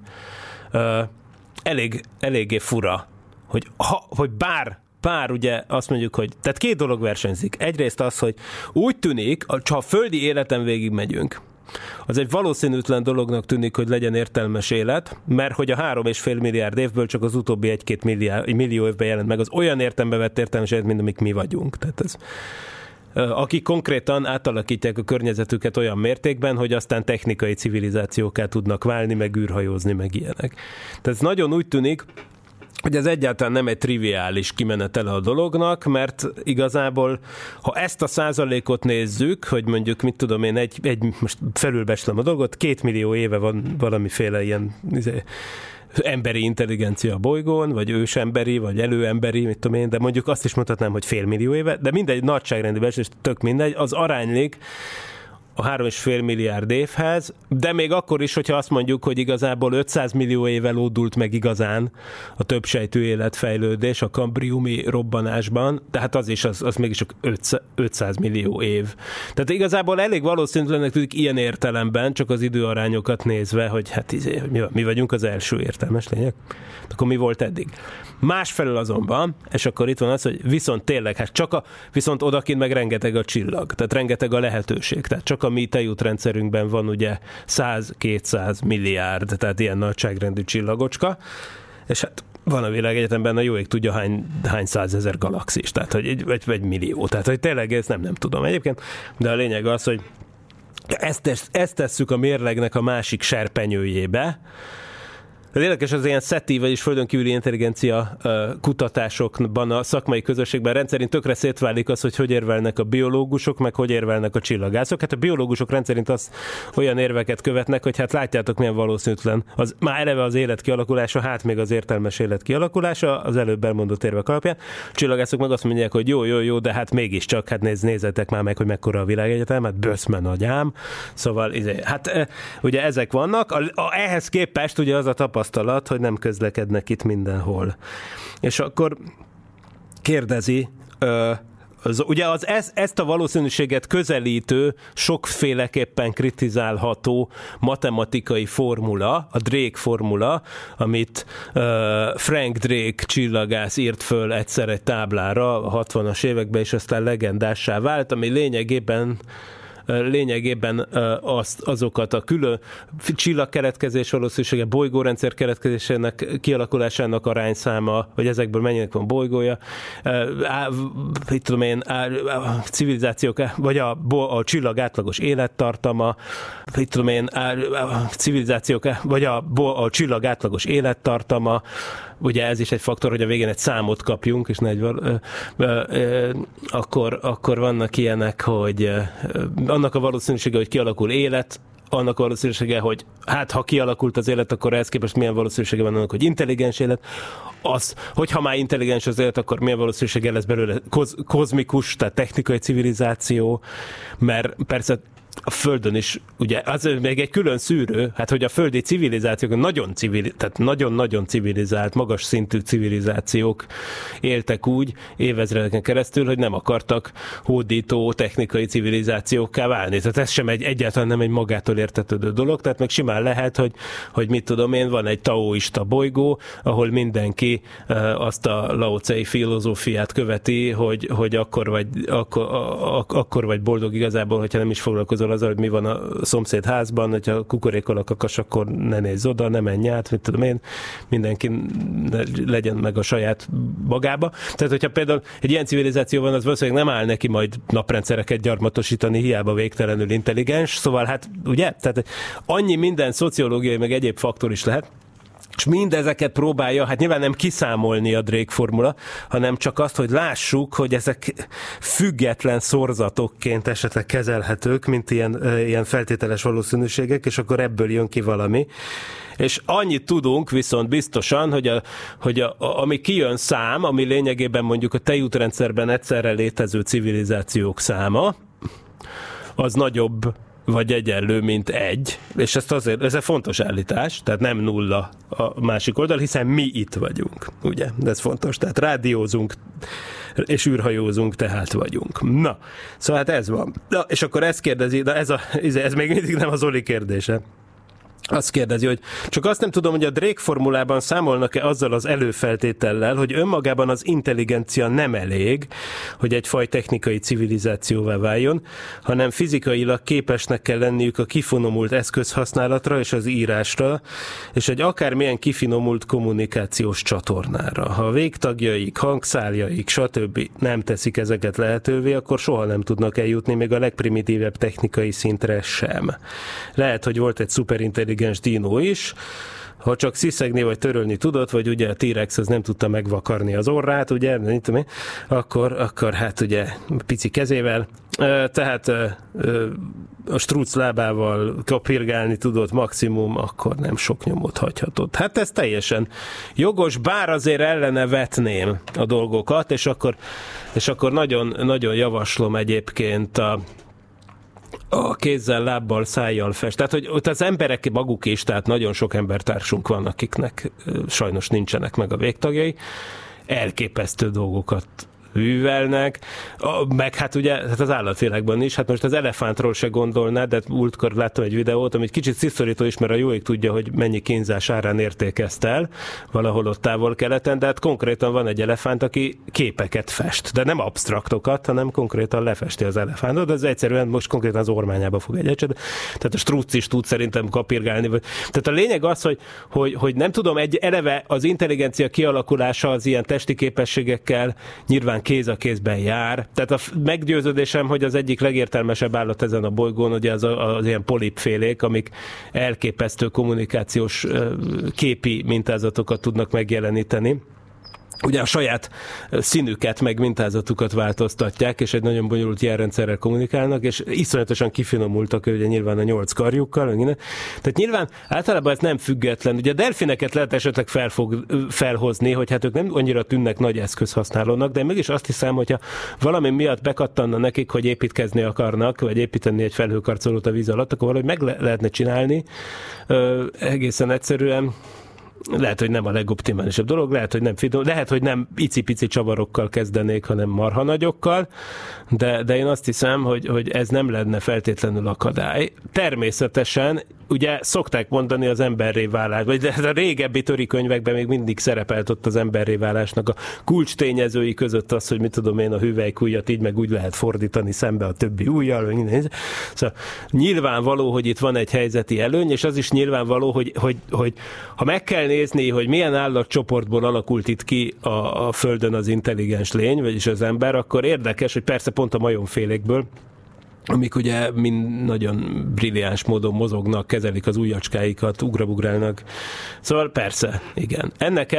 eléggé fura, hogy bár ugye azt mondjuk, hogy tehát két dolog versenyzik. Egyrészt az, hogy úgy tűnik, ha a földi életen végig megyünk, az egy valószínűtlen dolognak tűnik, hogy legyen értelmes élet, mert hogy a 3,5 milliárd évből csak az utóbbi 1-2 millió évben jelent meg az olyan értelembe vett értelmes élet, mint amik mi vagyunk. Tehát ez, akik konkrétan átalakítják a környezetüket olyan mértékben, hogy aztán technikai civilizációkká tudnak válni, meg űrhajózni, meg ilyenek. Tehát ez nagyon úgy tűnik, hogy ez egyáltalán nem egy triviális kimenetele a dolognak, mert igazából, ha ezt a százalékot nézzük, hogy mondjuk, mit tudom én, most felülbeslem a dolgot, 2 millió éve van valamiféle ilyen emberi intelligencia a bolygón, vagy ősemberi, vagy előemberi, mit tudom én, de mondjuk azt is mondhatnám, hogy 500 millió éve, de mindegy nagyságrendi és tök mindegy, az aránylik a 3,5 milliárd évhez, de még akkor is, hogyha azt mondjuk, hogy igazából 500 millió éve oldult meg igazán a többsejtű életfejlődés a kambriumi robbanásban, tehát az mégis csak 500 millió év. Tehát igazából elég valószínűleg tűnik ilyen értelemben, csak az időarányokat nézve, hogy hát mi vagyunk az első értelmes lények. Akkor mi volt eddig? Másfelől azonban, és akkor itt van az, hogy viszont tényleg, hát viszont odakint meg rengeteg a csillag, tehát rengeteg a lehetőség. Tehát csak a mi tejútrendszerünkben van ugye 100-200 milliárd, tehát ilyen nagyságrendű csillagocska, és hát van a világegyetemben, a jó ég tudja hány 100 000 galaxis, tehát vagy millió, tehát hogy tényleg ezt nem tudom egyébként, de a lényeg az, hogy ezt tesszük a mérlegnek a másik serpenyőjébe. Az érdekes, az ilyen SETI, vagyis földön kívüli intelligencia kutatásokban, a szakmai közösségben rendszerint tökre szétválik az, hogy érvelnek a biológusok, meg hogy érvelnek a csillagászok. Hát a biológusok rendszerint olyan érveket követnek, hogy hát látjátok, milyen valószínűtlen. Már eleve az élet kialakulása, hát még az értelmes élet kialakulása, az előbb elmondott érvek alapján. A csillagászok meg azt mondják, hogy jó, de hát mégiscsak, hát nézzetek már meg, hogy mekkora a világegyetem, hát böszmen agyám. Szóval, hát ugye ezek vannak. Ehhez képest ugye az a tapasztalat, hogy nem közlekednek itt mindenhol. És akkor kérdezi, ugye ezt a valószínűséget közelítő, sokféleképpen kritizálható matematikai formula, a Drake formula, amit Frank Drake csillagász írt föl egyszer egy táblára a 60-as években, és aztán legendássá vált, ami lényegében azokat a külön csillagkeletkezés valószínűsége, bolygórendszer keletkezésének kialakulásának arányszáma, vagy ezekből mennyinek van bolygója, civilizációk, vagy a csillag átlagos élettartama, civilizációk, vagy a csillag átlagos élettartama, ugye ez is egy faktor, hogy a végén egy számot kapjunk, és akkor vannak ilyenek, hogy annak a valószínűsége, hogy kialakul élet, annak a valószínűsége, hogy hát ha kialakult az élet, akkor ehhez képest milyen valószínűsége van annak, hogy intelligens élet, hogyha már intelligens az élet, akkor milyen valószínűsége lesz belőle kozmikus, tehát technikai civilizáció, mert persze a Földön is, ugye, az még egy külön szűrő, hát hogy a földi civilizációk, tehát nagyon-nagyon civilizált, magas szintű civilizációk éltek úgy évezredeken keresztül, hogy nem akartak hódító technikai civilizációkká válni. Tehát ez sem egyáltalán nem egy magától értetődő dolog, tehát meg simán lehet, hogy mit tudom én, van egy taoista bolygó, ahol mindenki azt a laocei filozófiát követi, hogy akkor vagy boldog igazából, hogyha nem is foglalkozol azzal, hogy mi van a szomszéd házban, hogyha kukorékol a kakas, akkor ne nézz oda, ne menj át, mit tudom én, mindenki legyen meg a saját magába. Tehát, hogyha például egy ilyen civilizáció van, az valószínűleg nem áll neki majd naprendszereket gyarmatosítani, hiába végtelenül intelligens, szóval hát, ugye? Tehát annyi minden szociológiai, meg egyéb faktor is lehet, és mindezeket próbálja, hát nyilván nem kiszámolni a Drake formula, hanem csak azt, hogy lássuk, hogy ezek független szorzatokként esetleg kezelhetők, mint ilyen feltételes valószínűségek, és akkor ebből jön ki valami. És annyit tudunk viszont biztosan, hogy ami kijön szám, ami lényegében mondjuk a tejútrendszerben egyszerre létező civilizációk száma, az nagyobb vagy egyenlő, mint 1, és ez egy fontos állítás, tehát nem 0 a másik oldal, hiszen mi itt vagyunk, ugye? De ez fontos, tehát rádiózunk és űrhajózunk, tehát vagyunk. Na, szóval hát ez van. Na, és akkor ezt kérdezi, de ez még mindig nem az Zoli kérdése. Azt kérdezi, hogy csak azt nem tudom, hogy a Drake formulában számolnak-e azzal az előfeltétellel, hogy önmagában az intelligencia nem elég, hogy egy faj technikai civilizációvá váljon, hanem fizikailag képesnek kell lenniük a kifinomult eszközhasználatra és az írásra, és egy akármilyen kifinomult kommunikációs csatornára. Ha a végtagjaik, hangszáljaik, stb. Nem teszik ezeket lehetővé, akkor soha nem tudnak eljutni még a legprimitívebb technikai szintre sem. Lehet, hogy volt egy szuperintelligens dinó is, ha csak sziszegni vagy törölni tudott, vagy ugye a T-rex az nem tudta megvakarni az orrát, ugye, akkor hát ugye pici kezével, tehát a struc lábával kapirgálni tudott maximum, akkor nem sok nyomot hagyhatott. Hát ez teljesen jogos, bár azért ellene vetném a dolgokat, és akkor nagyon, nagyon javaslom egyébként a kézzel, lábbal, szájjal fest. Tehát, hogy ott az emberek maguk is, tehát nagyon sok embertársunk van, akiknek sajnos nincsenek meg a végtagjai, elképesztő dolgokat művelnek, meg hát ugye hát az állatvilágban is, hát most az elefántról se gondolnád, de múltkor láttam egy videót, amit kicsit sziszorító is, mert a jó ég tudja, hogy mennyi kínzás árán értékezt el valahol ott távol-keleten, de hát konkrétan van egy elefánt, aki képeket fest, de nem absztraktokat, hanem konkrétan lefesti az elefántot, de ez egyszerűen most konkrétan az ormányába fog egy ecset. Tehát a struc is tud szerintem kapirgálni. Tehát a lényeg az, hogy nem tudom, eleve az intelligencia kialakulása az ilyen testi képességekkel nyilván kéz a kézben jár. Tehát a meggyőződésem, hogy az egyik legértelmesebb állat ezen a bolygón, ugye az ilyen polipfélék, amik elképesztő kommunikációs képi mintázatokat tudnak megjeleníteni. Ugye a saját színüket, meg mintázatukat változtatják, és egy nagyon bonyolult jelrendszerrel kommunikálnak, és iszonyatosan kifinomultak, ugye nyilván a 8 karjukkal, tehát nyilván általában ez nem független. Ugye a delfineket lehet esetleg felhozni, hogy hát ők nem annyira tűnnek nagy eszközhasználónak, de mégis azt hiszem, hogyha valami miatt bekattanna nekik, hogy építkezni akarnak, vagy építeni egy felhőkarcolót a víz alatt, akkor valahogy meg lehetne csinálni. Egészen egyszerűen. Lehet, hogy nem a legoptimálisabb dolog, lehet, hogy nem finom, lehet, hogy nem icipici csavarokkal kezdenék, hanem marha nagyokkal, de én azt hiszem, hogy ez nem lenne feltétlenül akadály. Természetesen, ugye szokták mondani az emberré válás, vagy a régebbi törikönyvekben még mindig szerepelt ott az emberré válásnak a kulcstényezői között az, hogy mit tudom én, a hüvelykujjat így meg úgy lehet fordítani szembe a többi ujjal. Szóval nyilvánvaló, hogy itt van egy helyzeti előny, és az is nyilvánvaló, hogy ha meg kell nézni, hogy milyen állatcsoportból alakult itt ki a Földön az intelligens lény, vagyis az ember, akkor érdekes, hogy persze pont a majomfélékből, amik ugye mind nagyon brilliáns módon mozognak, kezelik az ujjacskáikat, ugrabugrálnak. Szóval persze, igen. Ennek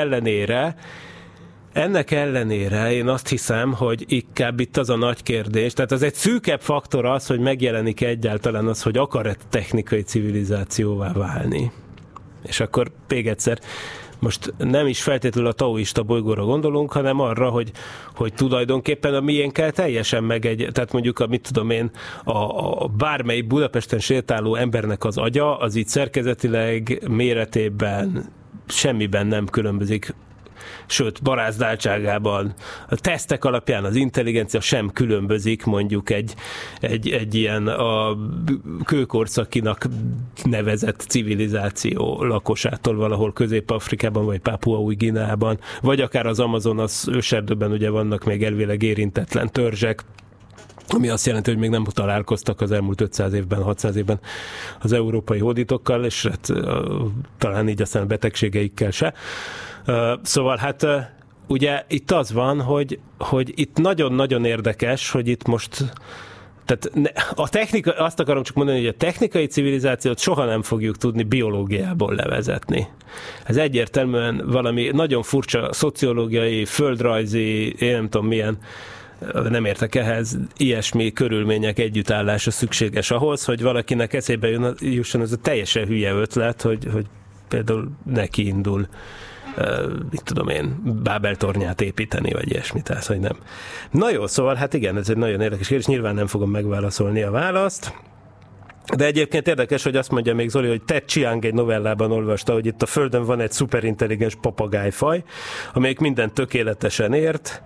ellenére én azt hiszem, hogy inkább itt az a nagy kérdés, tehát az egy szűkebb faktor az, hogy megjelenik egyáltalán az, hogy akar-e technikai civilizációvá válni. És akkor még egyszer, most nem is feltétlenül a taoista bolygóra gondolunk, hanem arra, hogy tulajdonképpen a miénkkel teljesen tehát mondjuk a bármely Budapesten sétáló embernek az agya, az így szerkezetileg, méretében semmiben nem különbözik, sőt, barázdáltságában, a tesztek alapján az intelligencia sem különbözik mondjuk egy ilyen a kőkorszakinak nevezett civilizáció lakosától valahol Közép-Afrikában, vagy Pápua-Új-Guineában, vagy akár az Amazonas őserdőben ugye vannak még elvileg érintetlen törzsek, ami azt jelenti, hogy még nem találkoztak az elmúlt 500 évben, 600 évben az európai hódítokkal, és hát, talán így aztán a betegségeikkel se. Szóval hát ugye itt az van, hogy itt nagyon-nagyon érdekes, hogy itt most tehát azt akarom csak mondani, hogy a technikai civilizációt soha nem fogjuk tudni biológiából levezetni. Ez egyértelműen valami nagyon furcsa szociológiai, földrajzi, én nem tudom milyen, nem értek ehhez, ilyesmi körülmények együttállása szükséges ahhoz, hogy valakinek eszébe jusson ez a teljesen hülye ötlet, hogy például neki indul mit tudom én, Bábel tornyát építeni, vagy ilyesmit, tehát, hogy nem. Na jó, szóval hát igen, ez egy nagyon érdekes kérdés, nyilván nem fogom megválaszolni a választ, de egyébként érdekes, hogy azt mondja még Zoli, hogy Ted Chiang egy novellában olvasta, hogy itt a Földön van egy szuperintelligens papagájfaj, amelyik mindent tökéletesen ért,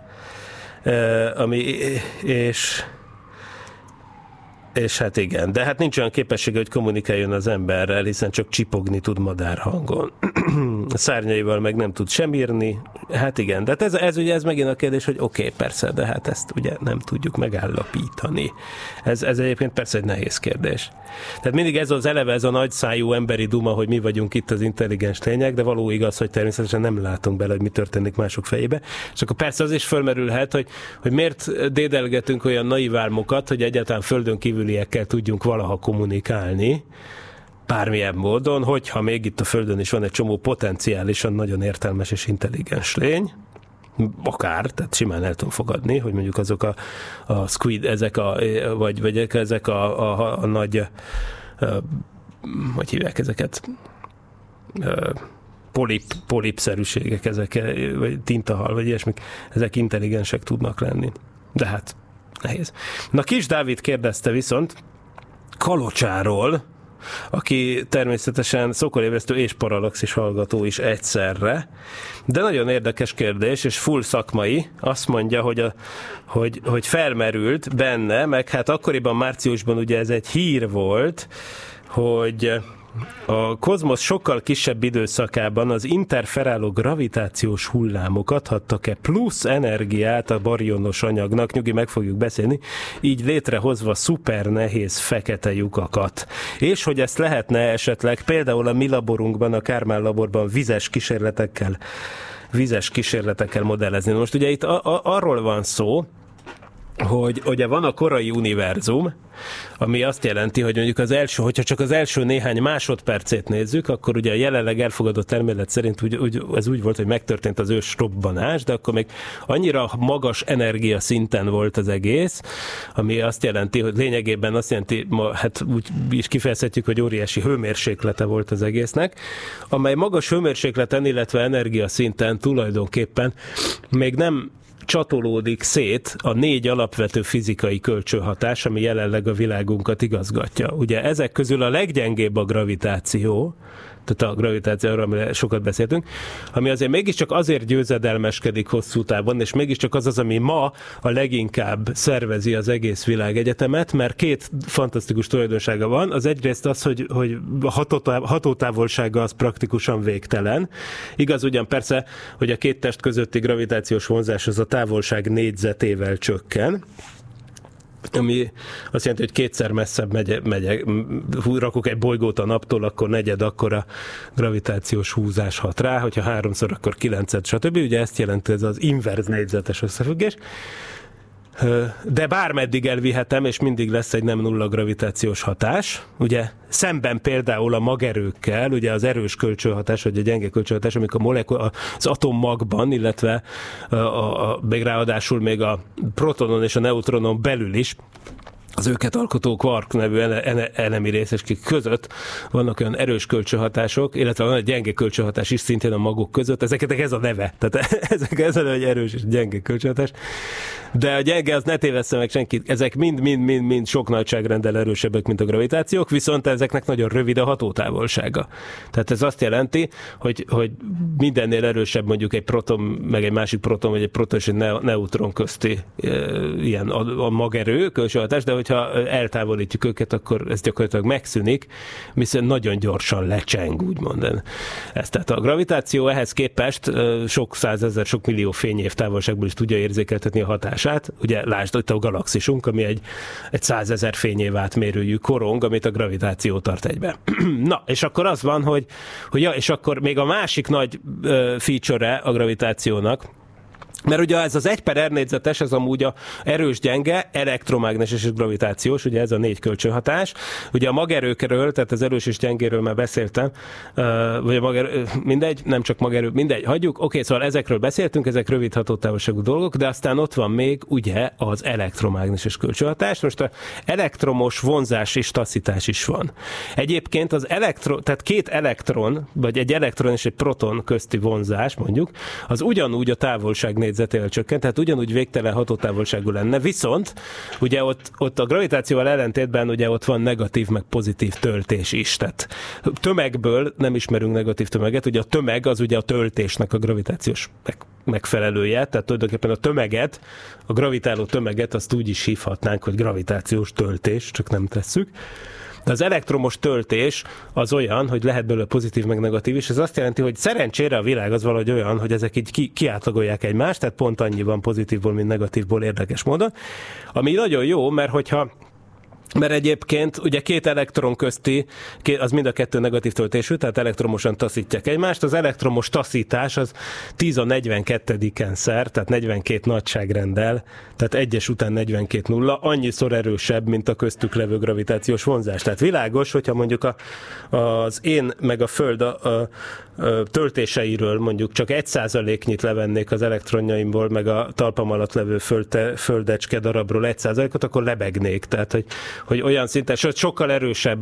és hát igen, de hát nincs olyan képessége, hogy kommunikáljon az emberrel, hiszen csak csipogni tud madárhangon. A szárnyaival meg nem tud sem írni. Hát igen, de hát ez megint a kérdés, hogy oké, persze, de hát ezt ugye nem tudjuk megállapítani. Ez egyébként persze egy nehéz kérdés. Tehát mindig ez a nagyszájú emberi duma, hogy mi vagyunk itt az intelligens lények, de való igaz, hogy természetesen nem látunk bele, hogy mi történik mások fejébe. És akkor persze az is fölmerülhet, hogy miért dédelgetünk olyan naív álmokat, hogy egyáltalán földön kívüliekkel tudjunk valaha kommunikálni, bármilyen módon, hogyha még itt a Földön is van egy csomó potenciálisan nagyon értelmes és intelligens lény, akár, tehát simán el tudom fogadni, hogy mondjuk azok a squid, ezek a nagy, hogy hívják ezeket, polipszerűségek, ezek, vagy tintahal, vagy ilyesmik, ezek intelligensek tudnak lenni. De hát nehéz. Na, Kis Dávid kérdezte viszont, Kalocsáról, aki természetesen szokolébresztő és Parallaxis hallgató is egyszerre. De nagyon érdekes kérdés, és full szakmai. Azt mondja, hogy felmerült benne, meg hát akkoriban márciusban ugye ez egy hír volt, hogy a kozmosz sokkal kisebb időszakában az interferáló gravitációs hullámok adhattak-e plusz energiát a barionos anyagnak, nyugi, meg fogjuk beszélni, így létrehozva szuper nehéz fekete lyukakat. És hogy ezt lehetne esetleg például a mi laborunkban, a Kármán laborban vizes kísérletekkel modellezni. Most ugye itt arról van szó, hogy ugye van a korai univerzum, ami azt jelenti, hogy mondjuk hogyha csak az első néhány másodpercét nézzük, akkor ugye a jelenleg elfogadott elmélet szerint ez úgy volt, hogy megtörtént az ősrobbanás, de akkor még annyira magas energia szinten volt az egész, ami azt jelenti, hogy lényegében azt jelenti, hát úgy is kifejezhetjük, hogy óriási hőmérséklete volt az egésznek, amely magas hőmérsékleten, illetve energia szinten tulajdonképpen még nem csatolódik szét a 4 alapvető fizikai kölcsönhatás, ami jelenleg a világunkat igazgatja. Ugye ezek közül a leggyengébb a gravitáció, tehát a gravitációról, amire sokat beszéltünk, ami azért mégiscsak azért győzedelmeskedik hosszú távon, és mégiscsak az, ami ma a leginkább szervezi az egész világegyetemet, mert 2 fantasztikus tulajdonsága van. Az egyrészt az, hogy hatótávolsága az praktikusan végtelen. Igaz ugyan persze, hogy a 2 test közötti gravitációs vonzás az a távolság négyzetével csökken, ami azt jelenti, hogy 2-szer messzebb rakok egy bolygót a naptól, akkor 4 akkora gravitációs húzás hat rá, hogyha 3-szor, akkor 9-et, stb. Ugye ezt jelenti ez az inverz négyzetes összefüggés. De bármeddig elvihetem, és mindig lesz egy nem nulla gravitációs hatás. Ugye szemben például a magerőkkel, ugye az erős kölcsönhatás, vagy a gyenge kölcsönhatás, amikor az atommagban, illetve még ráadásul még a protonon és a neutronon belül is az őket alkotó quark nevű elemi részecskek között vannak olyan erős kölcsönhatások, illetve van egy gyenge kölcsönhatás is szintén a magok között. Ezeknek ez a neve. Tehát ez a egy erős és gyenge kölcsönhatás. De a gyenge, az ne tévessze meg senkit. Ezek mind sok nagyságrendel erősebbek, mint a gravitációk, viszont ezeknek nagyon rövid a hatótávolsága. Tehát ez azt jelenti, hogy mindennél erősebb mondjuk egy proton, meg egy másik proton, vagy egy proton és egy neutron közti ilyen a magerő kölcsönhatás, de hogyha eltávolítjuk őket, akkor ez gyakorlatilag megszűnik, viszont nagyon gyorsan lecseng, úgymond. Ez tehát a gravitáció ehhez képest sok százezer, sok millió fényév távolságból is tudja érzékeltetni a hatását. Ugye lásd, itt a galaxisunk, ami egy 100 000 fényév átmérőjű korong, amit a gravitáció tart egybe. Na, és akkor az van, hogy és akkor még a másik nagy feature-e a gravitációnak, mert ugye ez az 1/r négyzetes, ez amúgy a erős, gyenge, elektromágneses és gravitációs, ugye ez a 4 kölcsönhatás. Ugye a magerőkről, tehát az erős és gyengéről már beszéltem, vagy a magerő, mindegy, nem csak magerő, mindegy, hagyjuk. Oké, szóval ezekről beszéltünk, ezek rövid hatótávolságú dolgok, de aztán ott van még ugye az elektromágneses kölcsönhatás. Most a elektromos vonzás és taszítás is van. Egyébként tehát 2 elektron, vagy egy elektron és egy proton közti vonzás, mondjuk, az ugyanúgy a távolság négyzetével csökkent, tehát ugyanúgy végtelen hatótávolságú lenne, viszont ugye ott a gravitációval ellentétben ugye ott van negatív meg pozitív töltés is, tehát tömegből nem ismerünk negatív tömeget, ugye a tömeg az ugye a töltésnek a gravitációs megfelelője, tehát tulajdonképpen a tömeget, a gravitáló tömeget azt úgy is hívhatnánk, hogy gravitációs töltés, csak nem tesszük. De az elektromos töltés az olyan, hogy lehet belőle pozitív meg negatív, és ez azt jelenti, hogy szerencsére a világ az valahogy olyan, hogy ezek így kiátlagolják egymást, tehát pont annyi van pozitívból, mint negatívból érdekes módon. Ami nagyon jó, mert egyébként ugye 2 elektron közti, az mind a 2 negatív töltésű, tehát elektromosan taszítják egymást. Az elektromos taszítás az 10^42-szer, tehát 42 nagyságrenddel, tehát 1-es után 42 nulla, annyiszor erősebb, mint a köztük levő gravitációs vonzás. Tehát világos, hogyha mondjuk az én meg a Föld a töltéseiről mondjuk csak 1%-nyit levennék az elektronjaimból, meg a talpam alatt levő földecske darabról 1%-ot, akkor lebegnék. Tehát, hogy olyan szinten, sőt, sokkal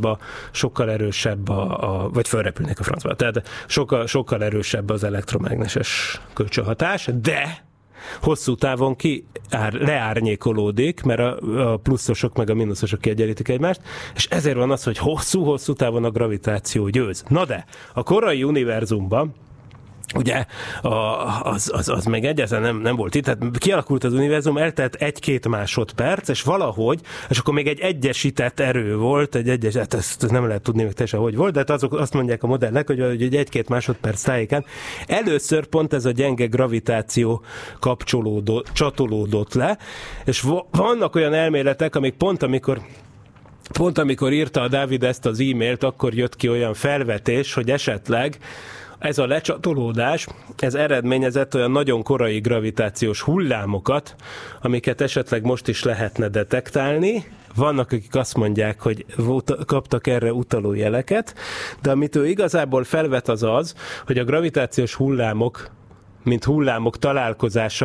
erősebb vagy fölrepülnék a francba. Tehát sokkal erősebb az elektromágneses kölcsönhatás, de hosszú távon leárnyékolódik, mert a pluszosok meg a mínuszosok kiegyenlítik egymást, és ezért van az, hogy hosszú-hosszú távon a gravitáció győz. Na de, a korai univerzumban ugye az meg egyáltalán nem volt itt, tehát kialakult az univerzum, eltelt 1-2 másodperc, és valahogy, és akkor még egy egyesített erő volt, hát ezt nem lehet tudni még teljesen, hogy volt, de hát azok azt mondják a modellek, hogy 1-2 másodperc tájékán először pont ez a gyenge gravitáció csatolódott le, és vannak olyan elméletek, amik pont amikor írta a Dávid ezt az e-mailt, akkor jött ki olyan felvetés, hogy esetleg ez a lecsatolódás, ez eredményezett olyan nagyon korai gravitációs hullámokat, amiket esetleg most is lehetne detektálni. Vannak, akik azt mondják, hogy kaptak erre utaló jeleket, de amit ő igazából felvet az, hogy a gravitációs hullámok, mint hullámok találkozása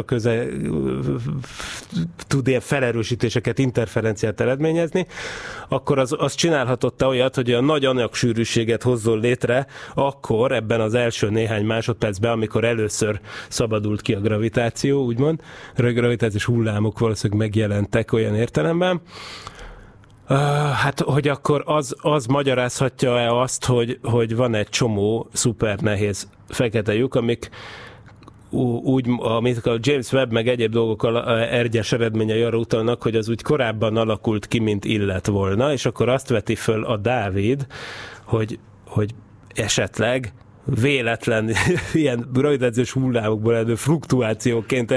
tud ilyen felerősítéseket, interferenciát eredményezni, akkor az csinálhatott olyat, hogy a nagy anyagsűrűséget hozzon létre akkor ebben az első néhány másodpercben, amikor először szabadult ki a gravitáció, úgymond, gravitációs hullámok valószínűleg megjelentek olyan értelemben. Hát, hogy akkor az magyarázhatja-e azt, hogy van egy csomó szuper nehéz fekete lyuk, amik amit a James Webb meg egyéb dolgok egyes eredményei arra utalnak, hogy az úgy korábban alakult ki, mint illett volna, és akkor azt veti föl a Dávid, hogy esetleg véletlen ilyen gravitációs hullámokból eredő fluktuációként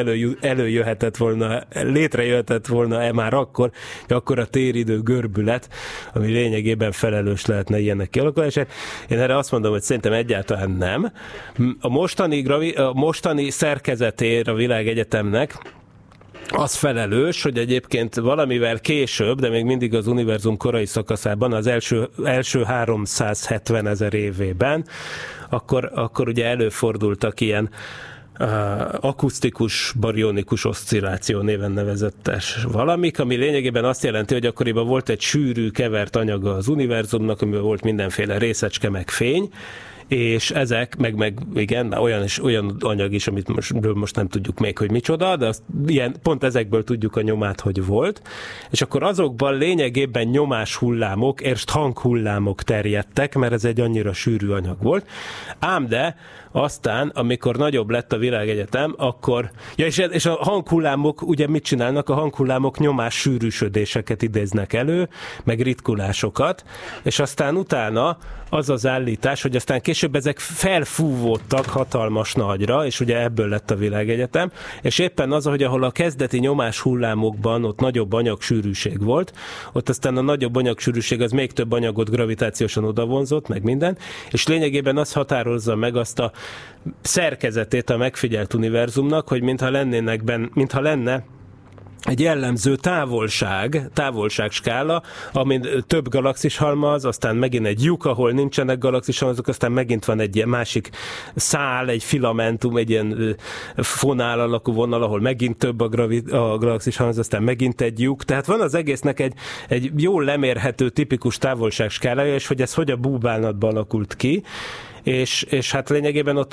létrejöhetett volna már akkor a téridő görbület, ami lényegében felelős lehetne ilyenek kialakulását. Én erre azt mondom, hogy szerintem egyáltalán nem. A mostani szerkezetére a világegyetemnek az felelős, hogy egyébként valamivel később, de még mindig az univerzum korai szakaszában, az első 370 000 évében, akkor ugye előfordultak ilyen akusztikus barionikus oszcilláció néven nevezettes valamik, ami lényegében azt jelenti, hogy akkoriban volt egy sűrű, kevert anyaga az univerzumnak, amiben volt mindenféle részecske meg fény, és ezek, meg igen, olyan anyag is, amit most nem tudjuk még, hogy micsoda, de pont ezekből tudjuk a nyomát, hogy volt, és akkor azokban lényegében nyomás-hullámok, és hanghullámok terjedtek, mert ez egy annyira sűrű anyag volt. Ám de aztán, amikor nagyobb lett a világegyetem, akkor... Ja, és a hanghullámok ugye mit csinálnak? A hanghullámok nyomás sűrűsödéseket idéznek elő, meg ritkulásokat, és aztán utána az az állítás, hogy aztán később ezek felfúvódtak hatalmas nagyra, és ugye ebből lett a világegyetem, és éppen az, hogy ahol a kezdeti nyomás hullámokban ott nagyobb anyagsűrűség volt, ott aztán a nagyobb anyagsűrűség az még több anyagot gravitációsan odavonzott, meg minden, és lényegében az határozza meg azt a szerkezetét a megfigyelt univerzumnak, hogy mintha lenne egy jellemző távolságskála, amin több galaxis halmaz, aztán megint egy lyuk, ahol nincsenek galaxis halmazok, aztán megint van egy ilyen másik szál, egy filamentum, egy ilyen fonál alakú vonal, ahol megint több a galaxis halmaz, aztán megint egy lyuk. Tehát van az egésznek egy jól lemérhető, tipikus távolságskálája, és hogy ez hogy a búbálnatban alakult ki, és hát lényegében ott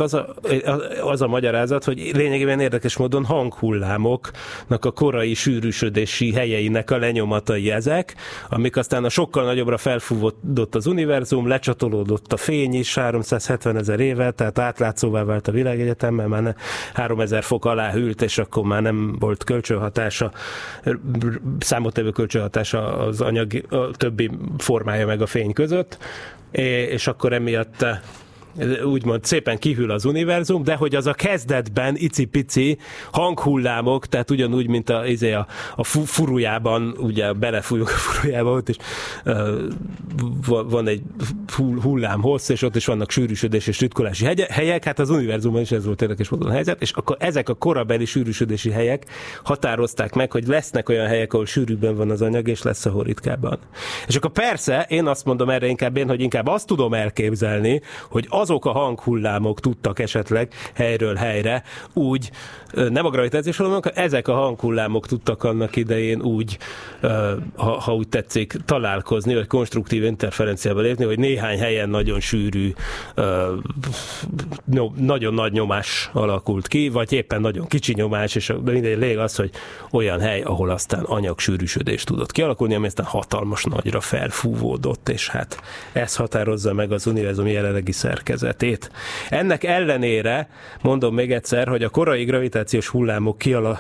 az a magyarázat, hogy lényegében érdekes módon hanghullámoknak a korai sűrűsödési helyeinek a lenyomatai ezek, amik aztán a sokkal nagyobbra felfúvódott az univerzum, lecsatolódott a fény is 370 000 éve, tehát átlátszóvá vált a világegyetem, mert már 3000 fok alá hűlt, és akkor már nem volt kölcsönhatása, számottevő kölcsönhatása az anyag a többi formája meg a fény között, és akkor emiatt úgymond szépen kihűl az univerzum, de hogy az a kezdetben icipici hanghullámok, tehát ugyanúgy, mint a furujában, ugye belefújunk a furujába, ott is van egy hullámhossz, és ott is vannak sűrűsödés és ritkulási helyek, hát az univerzumban is ez volt érdekes módon a helyzet, és akkor ezek a korabeli sűrűsödési helyek határozták meg, hogy lesznek olyan helyek, ahol sűrűbben van az anyag, és lesz, ahol ritkábban. És akkor persze, én azt mondom erre hogy inkább azt tudom elképzelni, hogy azok a hanghullámok tudtak esetleg helyről helyre úgy, nem a gravitációs hullámok, ezek a hanghullámok tudtak annak idején úgy, ha úgy tetszik, találkozni, vagy konstruktív interferenciába lépni, hogy néhány helyen nagyon sűrű, nagyon nagy nyomás alakult ki, vagy éppen nagyon kicsi nyomás, és mindegy lényeg az, hogy olyan hely, ahol aztán anyagsűrűsödés tudott kialakulni, ami aztán hatalmas nagyra felfúvódott, és hát ez határozza meg az univerzum jelenlegi szerkezetét. Ennek ellenére, mondom még egyszer, hogy a korai gravitációs hullámok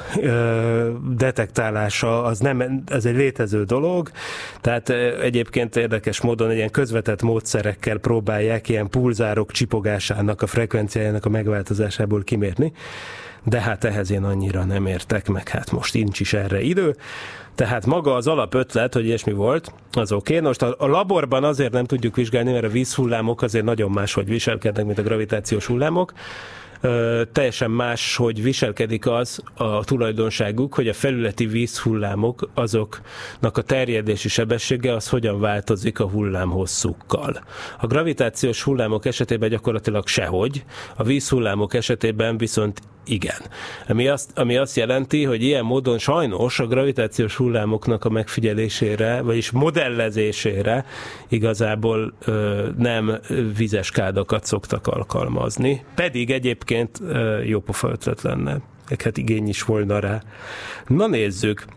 detektálása az egy létező dolog, tehát egyébként érdekes módon ilyen közvetett módszerekkel próbálják ilyen pulzárok csipogásának a frekvenciájának a megváltozásából kimérni, de hát ehhez én annyira nem értek, meg hát most nincs is erre idő. Tehát maga az alapötlet, hogy ilyesmi volt, az oké. Most a laborban azért nem tudjuk vizsgálni, mert a vízhullámok azért nagyon máshogy viselkednek, mint a gravitációs hullámok. Teljesen más, hogy viselkedik az a tulajdonságuk, hogy a felületi vízhullámok, azoknak a terjedési sebessége az hogyan változik a hullámhosszúkkal. A gravitációs hullámok esetében gyakorlatilag sehogy, a vízhullámok esetében viszont igen. Ami azt jelenti, hogy ilyen módon sajnos a gravitációs hullámoknak a megfigyelésére, vagyis modellezésére igazából nem vizes kádakat szoktak alkalmazni. Pedig egyébként jópofa ötlet lenne. Hát igény is volna rá. Na nézzük.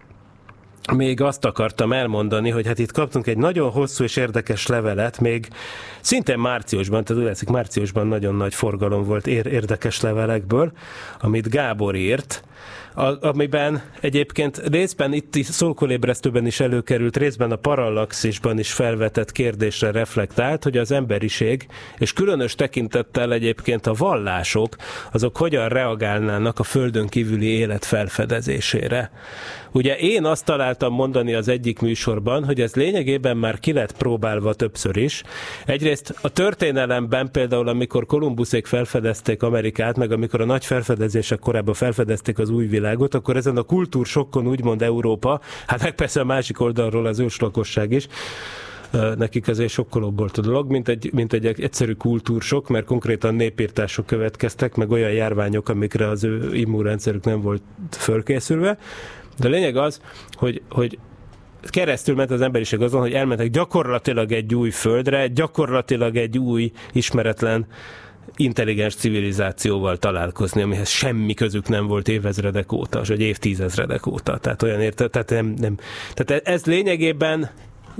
Még azt akartam elmondani, hogy hát itt kaptunk egy nagyon hosszú és érdekes levelet, még szintén márciusban, tehát úgy látszik márciusban nagyon nagy forgalom volt érdekes levelekből, amit Gábor írt, amiben egyébként részben itt Szolkolébresztőben is előkerült, részben a parallaxisban is felvetett kérdésre reflektált, hogy az emberiség, és különös tekintettel egyébként a vallások, azok hogyan reagálnának a földön kívüli élet felfedezésére. Ugye én azt találtam mondani az egyik műsorban, hogy ez lényegében már ki lett próbálva többször is. Egyrészt a történelemben például, amikor Kolumbuszék felfedezték Amerikát, meg amikor a nagy felfedezések korábban felfedezték az új világot, akkor ezen a kultúrsokkon úgymond Európa, hát meg persze a másik oldalról az őslakosság is, nekik azért sokkolóbb volt a dolog, mint egy egyszerű kultúrsok, mert konkrétan népírtások következtek, meg olyan járványok, amikre az ő immunrendszerük nem volt fölkészülve. De a lényeg az, hogy keresztül ment az emberiség azon, hogy elmentek gyakorlatilag egy új földre, gyakorlatilag egy új, ismeretlen, intelligens civilizációval találkozni, amihez semmi közük nem volt évezredek óta, vagy évtizedek óta. Tehát olyan tehát nem. Tehát ez lényegében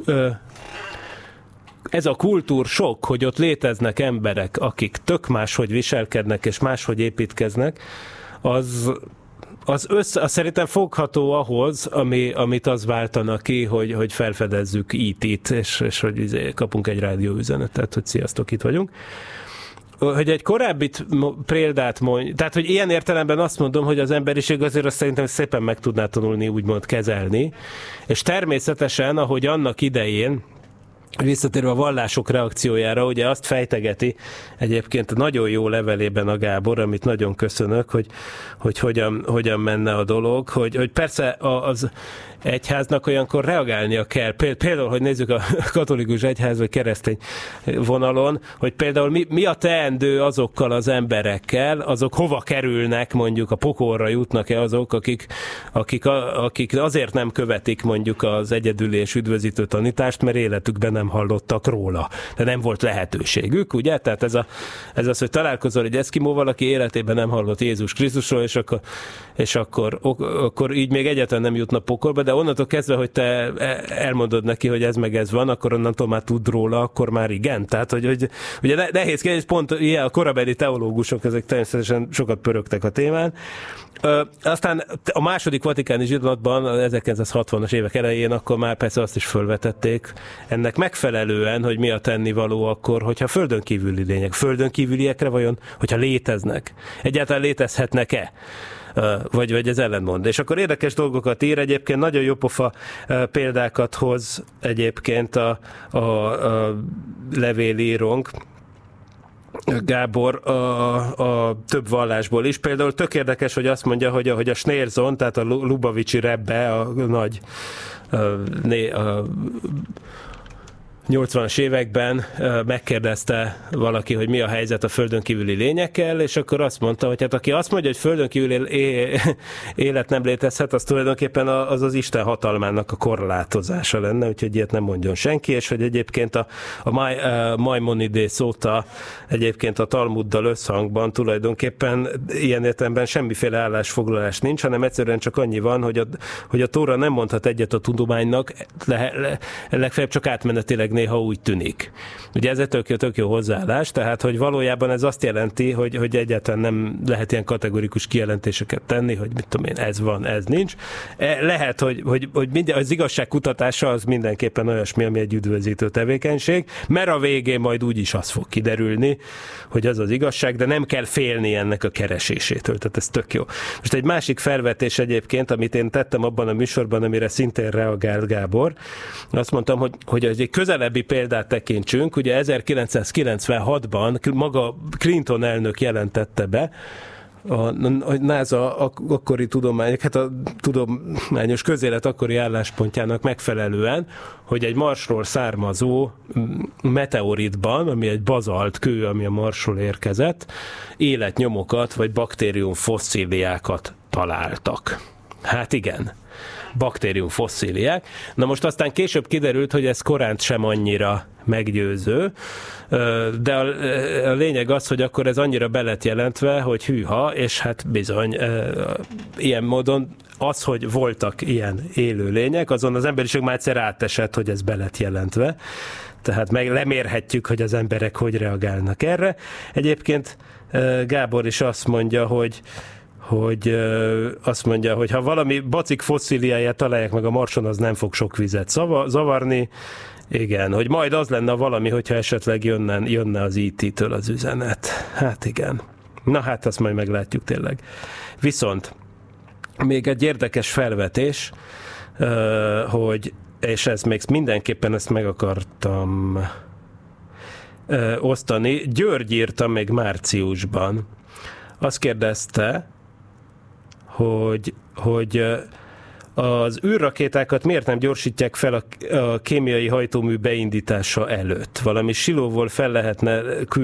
ez a kultúrsok, hogy ott léteznek emberek, akik tök máshogy viselkednek és máshogy építkeznek, az szerintem fogható ahhoz, amit az váltana ki, hogy felfedezzük IT-t, és hogy kapunk egy rádióüzenetet, hogy sziasztok, itt vagyunk. Hogy egy korábbi példát mondj, tehát hogy ilyen értelemben azt mondom, hogy az emberiség azért azt szerintem szépen meg tudná tanulni úgymond kezelni, és természetesen, ahogy annak idején, visszatérve a vallások reakciójára, ugye azt fejtegeti egyébként nagyon jó levelében a Gábor, amit nagyon köszönök, hogy hogyan menne a dolog, hogy persze az egyháznak olyankor reagálnia kell. Például, hogy nézzük a katolikus egyház vagy keresztény vonalon, hogy például mi a teendő azokkal az emberekkel, azok hova kerülnek, mondjuk a pokolra jutnak-e azok, akik azért nem követik mondjuk az egyedüli és üdvözítő tanítást, mert életükben nem hallottak róla. De nem volt lehetőségük, ugye? Tehát ez az, hogy találkozol egy eszkimóval, aki életében nem hallott Jézus Krisztusról, és akkor így még egyáltalán nem jutna pokolba, de onnantól kezdve, hogy te elmondod neki, hogy ez meg ez van, akkor onnantól már tud róla, akkor már igen. Tehát, hogy ugye nehéz kérdés, pont ilyen a korabeli teológusok, ezek természetesen sokat pörögtek a témán. Aztán a második vatikáni zsinatban, a 1960-as évek elején akkor már persze azt is fölvetették ennek megfelelően, hogy mi a tennivaló akkor, hogyha földön kívüli lények. Földön kívüliekre vajon, hogyha léteznek, egyáltalán létezhetnek-e? Vagy ez ellentmond. És akkor érdekes dolgokat ír, egyébként nagyon jópofa példákat hoz egyébként a levélírónk, Gábor a több vallásból is. Például tök érdekes, hogy azt mondja, hogy a Schneerson, tehát a Lubavicsi Rebbe, a nagy 80-as években megkérdezte valaki, hogy mi a helyzet a földön kívüli lényekkel, és akkor azt mondta, hogy hát aki azt mondja, hogy földön kívüli élet nem létezhet, az tulajdonképpen az Isten hatalmának a korlátozása lenne, úgyhogy ilyet nem mondjon senki, és hogy egyébként a Maimonides óta egyébként a Talmuddal összhangban tulajdonképpen ilyen értelemben semmiféle állásfoglalás nincs, hanem egyszerűen csak annyi van, hogy a Tóra nem mondhat egyet a tudománynak, legfeljebb csak átmenetileg néha úgy tűnik. Ugye ez egy tök jó hozzáállás, tehát hogy valójában ez azt jelenti, hogy egyáltalán nem lehet ilyen kategorikus kijelentéseket tenni, hogy mit tudom én, ez van, ez nincs. Lehet, hogy az igazság kutatása az mindenképpen olyasmi, ami egy üdvözítő tevékenység, mert a végén majd úgyis az fog kiderülni, hogy az az igazság, de nem kell félni ennek a keresésétől, tehát ez tök jó. Most egy másik felvetés egyébként, amit én tettem abban a műsorban, amire szintén reagált Gábor, azt mondtam, hogy egy közelebbi példát tekintsünk, ugye 1996-ban maga Clinton elnök jelentette be, a NASA akkori tudományos közélet akkori álláspontjának megfelelően, hogy egy Marsról származó meteoritban, ami egy bazalt kő, ami a Marsról érkezett, életnyomokat vagy baktérium fosszíliákat találtak. Hát igen, baktérium fosszíliák. Na most aztán később kiderült, hogy ez koránt sem annyira meggyőző, de a lényeg az, hogy akkor ez annyira be lett jelentve, hogy hűha, és hát bizony ilyen módon az, hogy voltak ilyen élőlények, azon az emberiség már egyszer átesett, hogy ez be lett jelentve. Tehát meg lemérhetjük, hogy az emberek hogy reagálnak erre. Egyébként Gábor is azt mondja, hogy ha valami bacik fosszíliáját találják meg a Marson, az nem fog sok vizet zavarni. Igen, hogy majd az lenne valami, hogyha esetleg jönne az IT-től az üzenet. Hát igen. Na hát, azt majd meglátjuk tényleg. Viszont még egy érdekes felvetés, és ez még mindenképpen ezt meg akartam osztani. György írta még márciusban. Azt kérdezte, hogy az űrrakétákat miért nem gyorsítják fel a kémiai hajtómű beindítása előtt? Valami silóval fel lehetne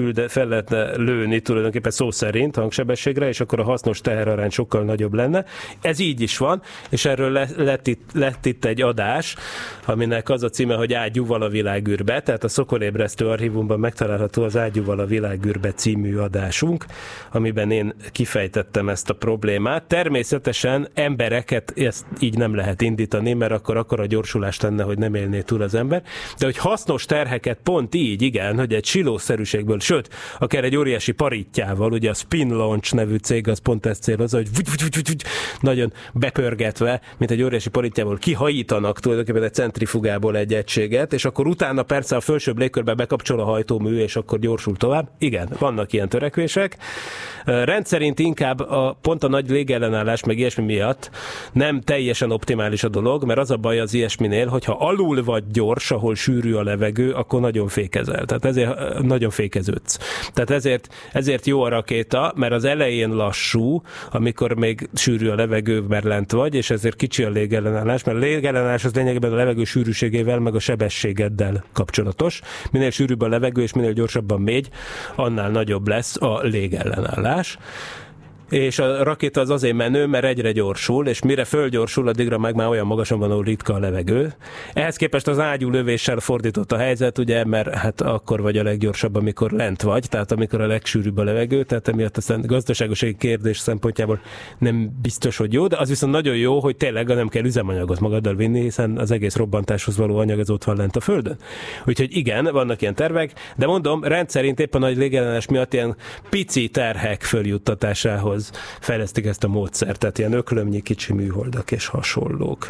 lőni tulajdonképpen szó szerint hangsebességre, és akkor a hasznos teherarány sokkal nagyobb lenne. Ez így is van, és erről lett itt egy adás, aminek az a címe, hogy Ágyúval a világűrbe, tehát a Szokolébresztő archívumban megtalálható az Ágyúval a világűrbe című adásunk, amiben én kifejtettem ezt a problémát. Természetesen embereket ezt így nem lehet indítani, mert akkor a gyorsulást lenne, hogy nem élné túl az ember. De hogy hasznos terheket pont így, igen, hogy egy silószerűségből, sőt, akár egy óriási parittyával, ugye a Spin Launch nevű cég az pont ezt célozza, hogy nagyon bepörgetve, mint egy óriási parittyával kihajítanak tulajdonképpen egy centrifugából egy egységet, és akkor utána persze a felsőbb légkörbe bekapcsol a hajtómű, és akkor gyorsul tovább. Igen, vannak ilyen törekvések. Rendszerint inkább pont a nagy légellenállás meg ilyesmi miatt nem teljesen optimális a dolog, mert az a baj az ilyesminél, hogyha alul vagy gyors, ahol sűrű a levegő, akkor nagyon fékezel. Tehát ezért nagyon fékeződsz. Tehát ezért jó a rakéta, mert az elején lassú, amikor még sűrű a levegő, mert lent vagy, és ezért kicsi a légellenállás, mert a légellenállás az lényegében a levegő sűrűségével, meg a sebességeddel kapcsolatos. Minél sűrűbb a levegő, és minél gyorsabban megy, annál nagyobb lesz a légellenállás. És a rakéta az azért menő, mert egyre gyorsul, és mire fölgyorsul, addigra meg már olyan magasan van, ahol ritka a levegő. Ehhez képest az ágyú lövéssel fordított a helyzet, ugye, mert hát akkor vagy a leggyorsabb, amikor lent vagy, tehát amikor a legsűrűbb a levegő, tehát emiatt aztán gazdaságosági kérdés szempontjából nem biztos, hogy jó, de az viszont nagyon jó, hogy tényleg nem kell üzemanyagot magaddal vinni, hiszen az egész robbantáshoz való anyag az ott van lent a Földön. Úgyhogy igen, vannak ilyen tervek, de mondom, rendszerint éppen a nagy légellenállás miatt ilyen pici terhek följuttatásához fejlesztik ezt a módszert, tehát ilyen öklömnyi kicsi műholdak és hasonlók.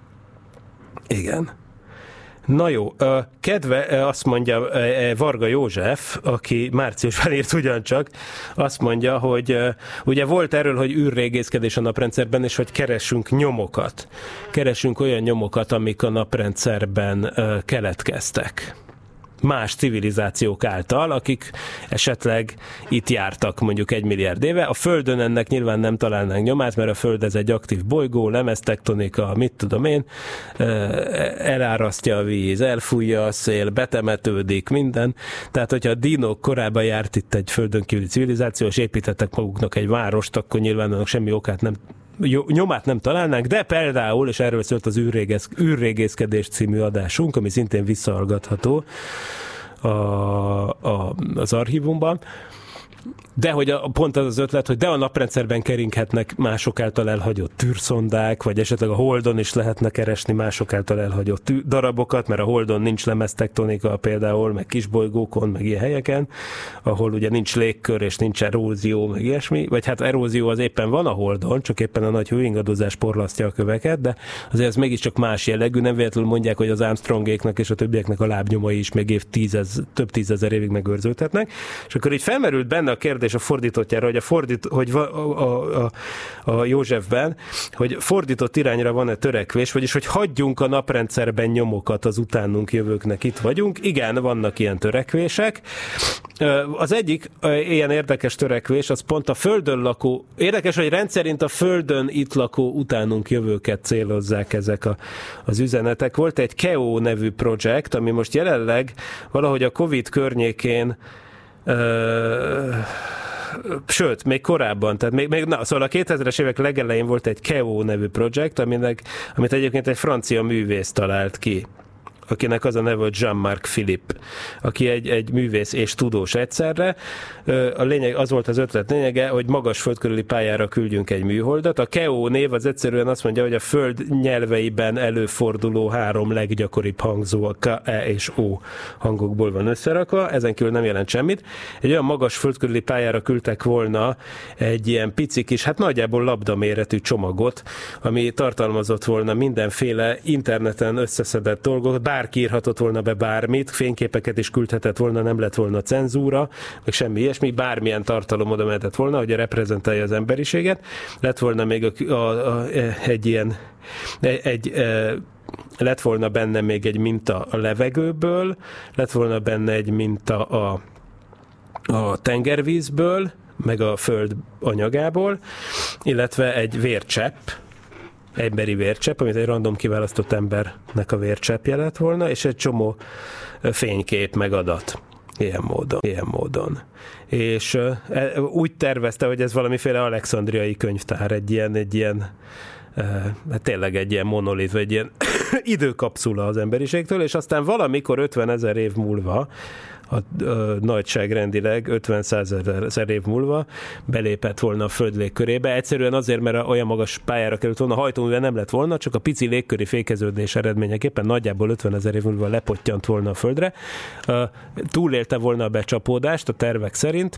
Igen. Na jó, kedve, azt mondja Varga József, aki márciusban írt ugyancsak, azt mondja, hogy ugye volt erről, hogy űrrégészkedés a naprendszerben, és hogy keressünk nyomokat. Keressünk olyan nyomokat, amik a naprendszerben keletkeztek. más civilizációk által, akik esetleg itt jártak mondjuk 1 milliárd éve. A Földön ennek nyilván nem találnánk nyomát, mert a Föld ez egy aktív bolygó, lemeztektonika, mit tudom én, elárasztja a víz, elfújja a szél, betemetődik, minden. Tehát, hogyha a dinók korábban járt itt egy földön kívüli civilizáció, és építettek maguknak egy várost, akkor nyilván annak semmi okát nem nyomát nem találnánk, de például, és erről szólt az űrrégészkedés című adásunk, ami szintén visszahallgatható az archívumban, de hogy pont az ötlet, hogy de a naprendszerben keringhetnek mások által elhagyott űrszondák, vagy esetleg a Holdon is lehetne keresni mások által elhagyott darabokat, mert a Holdon nincs lemeztektonika például, meg kisbolygókon, meg ilyen helyeken, ahol ugye nincs légkör és nincs erózió, meg ilyesmi, vagy hát erózió az éppen van a Holdon, csak éppen a nagy hőingadozás porlasztja a köveket, de azért ez mégiscsak más jellegű, nem véletlenül mondják, hogy az Armstrongéknak és a többieknek a lábnyomai is még több tízezer évig megőrződhetnek, és akkor így felmerült benne a kérdés a fordítottjára, hogy a Józsefben, hogy fordított irányra van-e törekvés, vagyis hogy hagyjunk a naprendszerben nyomokat az utánunk jövőknek, itt vagyunk. Igen, vannak ilyen törekvések. Az egyik ilyen érdekes törekvés, az pont a Földön lakó, érdekes, hogy rendszerint a Földön itt lakó utánunk jövőket célozzák ezek az üzenetek. Volt egy KEO nevű projekt, ami most jelenleg valahogy a Covid környékén sőt, még korábban, tehát szóval a 2000-es évek legelején volt egy KEO nevű projekt, amit egyébként egy francia művész talált ki, akinek az a neve, hogy Jean-Marc Philippe, aki egy művész és tudós egyszerre. A lényeg, az volt az ötlet lényege, hogy magas földkörüli pályára küldjünk egy műholdat. A KEO név az egyszerűen azt mondja, hogy a föld nyelveiben előforduló 3 leggyakoribb hangzó, a K, E és O hangokból van összerakva, ezen kívül nem jelent semmit. Egy olyan magas földkörüli pályára küldtek volna egy ilyen pici kis, hát nagyjából labdaméretű csomagot, ami tartalmazott volna mindenféle interneten összeszedett dolgot, bárki írhatott volna be bármit, fényképeket is küldhetett volna, nem lett volna cenzúra, meg semmi ilyesmi, bármilyen tartalom oda mehetett volna, hogy reprezentálja az emberiséget. Lett volna még lett volna benne még egy minta a levegőből, lett volna benne egy minta a tengervízből, meg a föld anyagából, illetve egy vércsepp, emberi vércsepp, amit egy random kiválasztott embernek a vércseppje lett volna, és egy csomó fénykép meg adat. Ilyen módon. És úgy tervezte, hogy ez valamiféle alexandriai könyvtár, egy ilyen tényleg egy ilyen monolit, vagy egy ilyen időkapszula az emberiségtől, és aztán valamikor 50 000 év múlva, nagyságrendileg 50-100 000 év múlva belépett volna a Föld légkörébe. Egyszerűen azért, mert olyan magas pályára került volna, a hajtóműve nem lett volna, csak a pici légköri fékeződés eredményeképpen nagyjából 50 000 év múlva lepottyant volna a Földre. Túlélte volna a becsapódást a tervek szerint,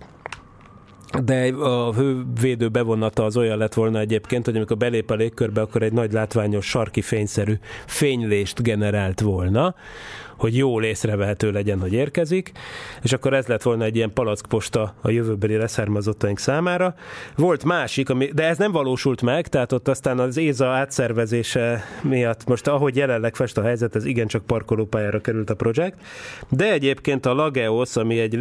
de a hővédő bevonata az olyan lett volna egyébként, hogy amikor belép a légkörbe, akkor egy nagy látványos sarki fényszerű fénylést generált volna, hogy jól észrevehető legyen, hogy érkezik, és akkor ez lett volna egy ilyen palackposta a jövőbeli leszármazottaink számára. Volt másik, de ez nem valósult meg, tehát ott aztán az ESA átszervezése miatt, most ahogy jelenleg fest a helyzet, ez igencsak parkolópályára került a projekt, de egyébként a Lageos, ami egy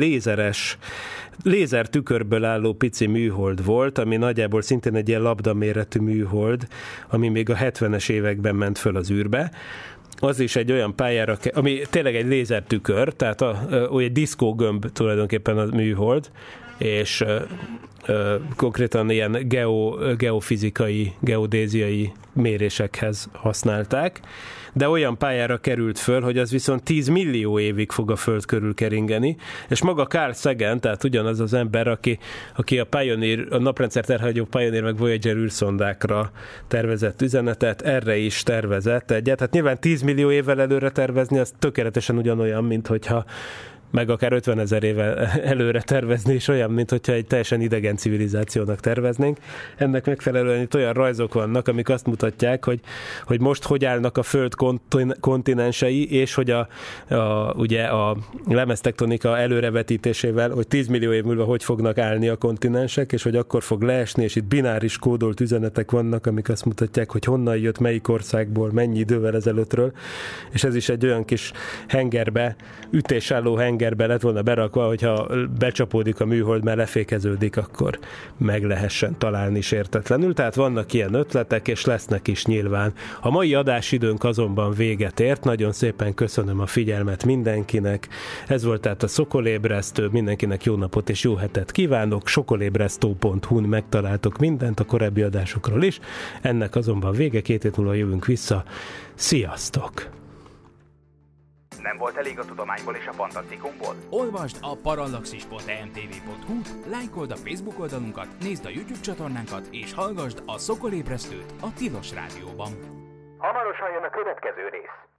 lézer tükörből álló pici műhold volt, ami nagyjából szintén egy ilyen labdaméretű műhold, ami még a 70-es években ment föl az űrbe, az is egy olyan pályára, ami tényleg egy lézertükör, tehát egy diszkógömb tulajdonképpen a műhold, és konkrétan ilyen geofizikai, geodéziai mérésekhez használták, de olyan pályára került föl, hogy az viszont 10 millió évig fog a Föld körül keringeni, és maga Carl Sagan, tehát ugyanaz az ember, aki a naprendszert elhagyó Pioneer meg Voyager űrszondákra tervezett üzenetet, erre is tervezett egyet. Hát nyilván 10 millió évvel előre tervezni, az tökéletesen ugyanolyan, mint hogyha meg akár 50 000 éve előre tervezni is olyan, mint hogyha egy teljesen idegen civilizációnak terveznénk. Ennek megfelelően itt olyan rajzok vannak, amik azt mutatják, hogy most hogy állnak a Föld kontinensei, és hogy ugye a lemeztektonika előrevetítésével, hogy 10 millió év múlva hogy fognak állni a kontinensek, és hogy akkor fog leesni, és itt bináris kódolt üzenetek vannak, amik azt mutatják, hogy honnan jött, melyik országból, mennyi idővel ezelőttről, és ez is egy olyan kis hengerbe, ütésálló hengerbe lett volna berakva, hogyha becsapódik a műhold, mert lefékeződik, akkor meg lehessen találni sértetlenül. Tehát vannak ilyen ötletek, és lesznek is nyilván. A mai adásidőnk azonban véget ért. Nagyon szépen köszönöm a figyelmet mindenkinek. Ez volt tehát a Szokolébresztő. Mindenkinek jó napot és jó hetet kívánok. Sokolébresztő.hu-n megtaláltok mindent a korábbi adásokról is. Ennek azonban vége, 2 hét múlva jövünk vissza. Sziasztok! Nem volt elég a tudományból és a fantasztikumból? Olvasd a parallaxis.emtv.hu, lájkold a Facebook oldalunkat, nézd a YouTube csatornánkat, és hallgasd a Szokolébresztőt a Tilos Rádióban. Hamarosan jön a következő rész.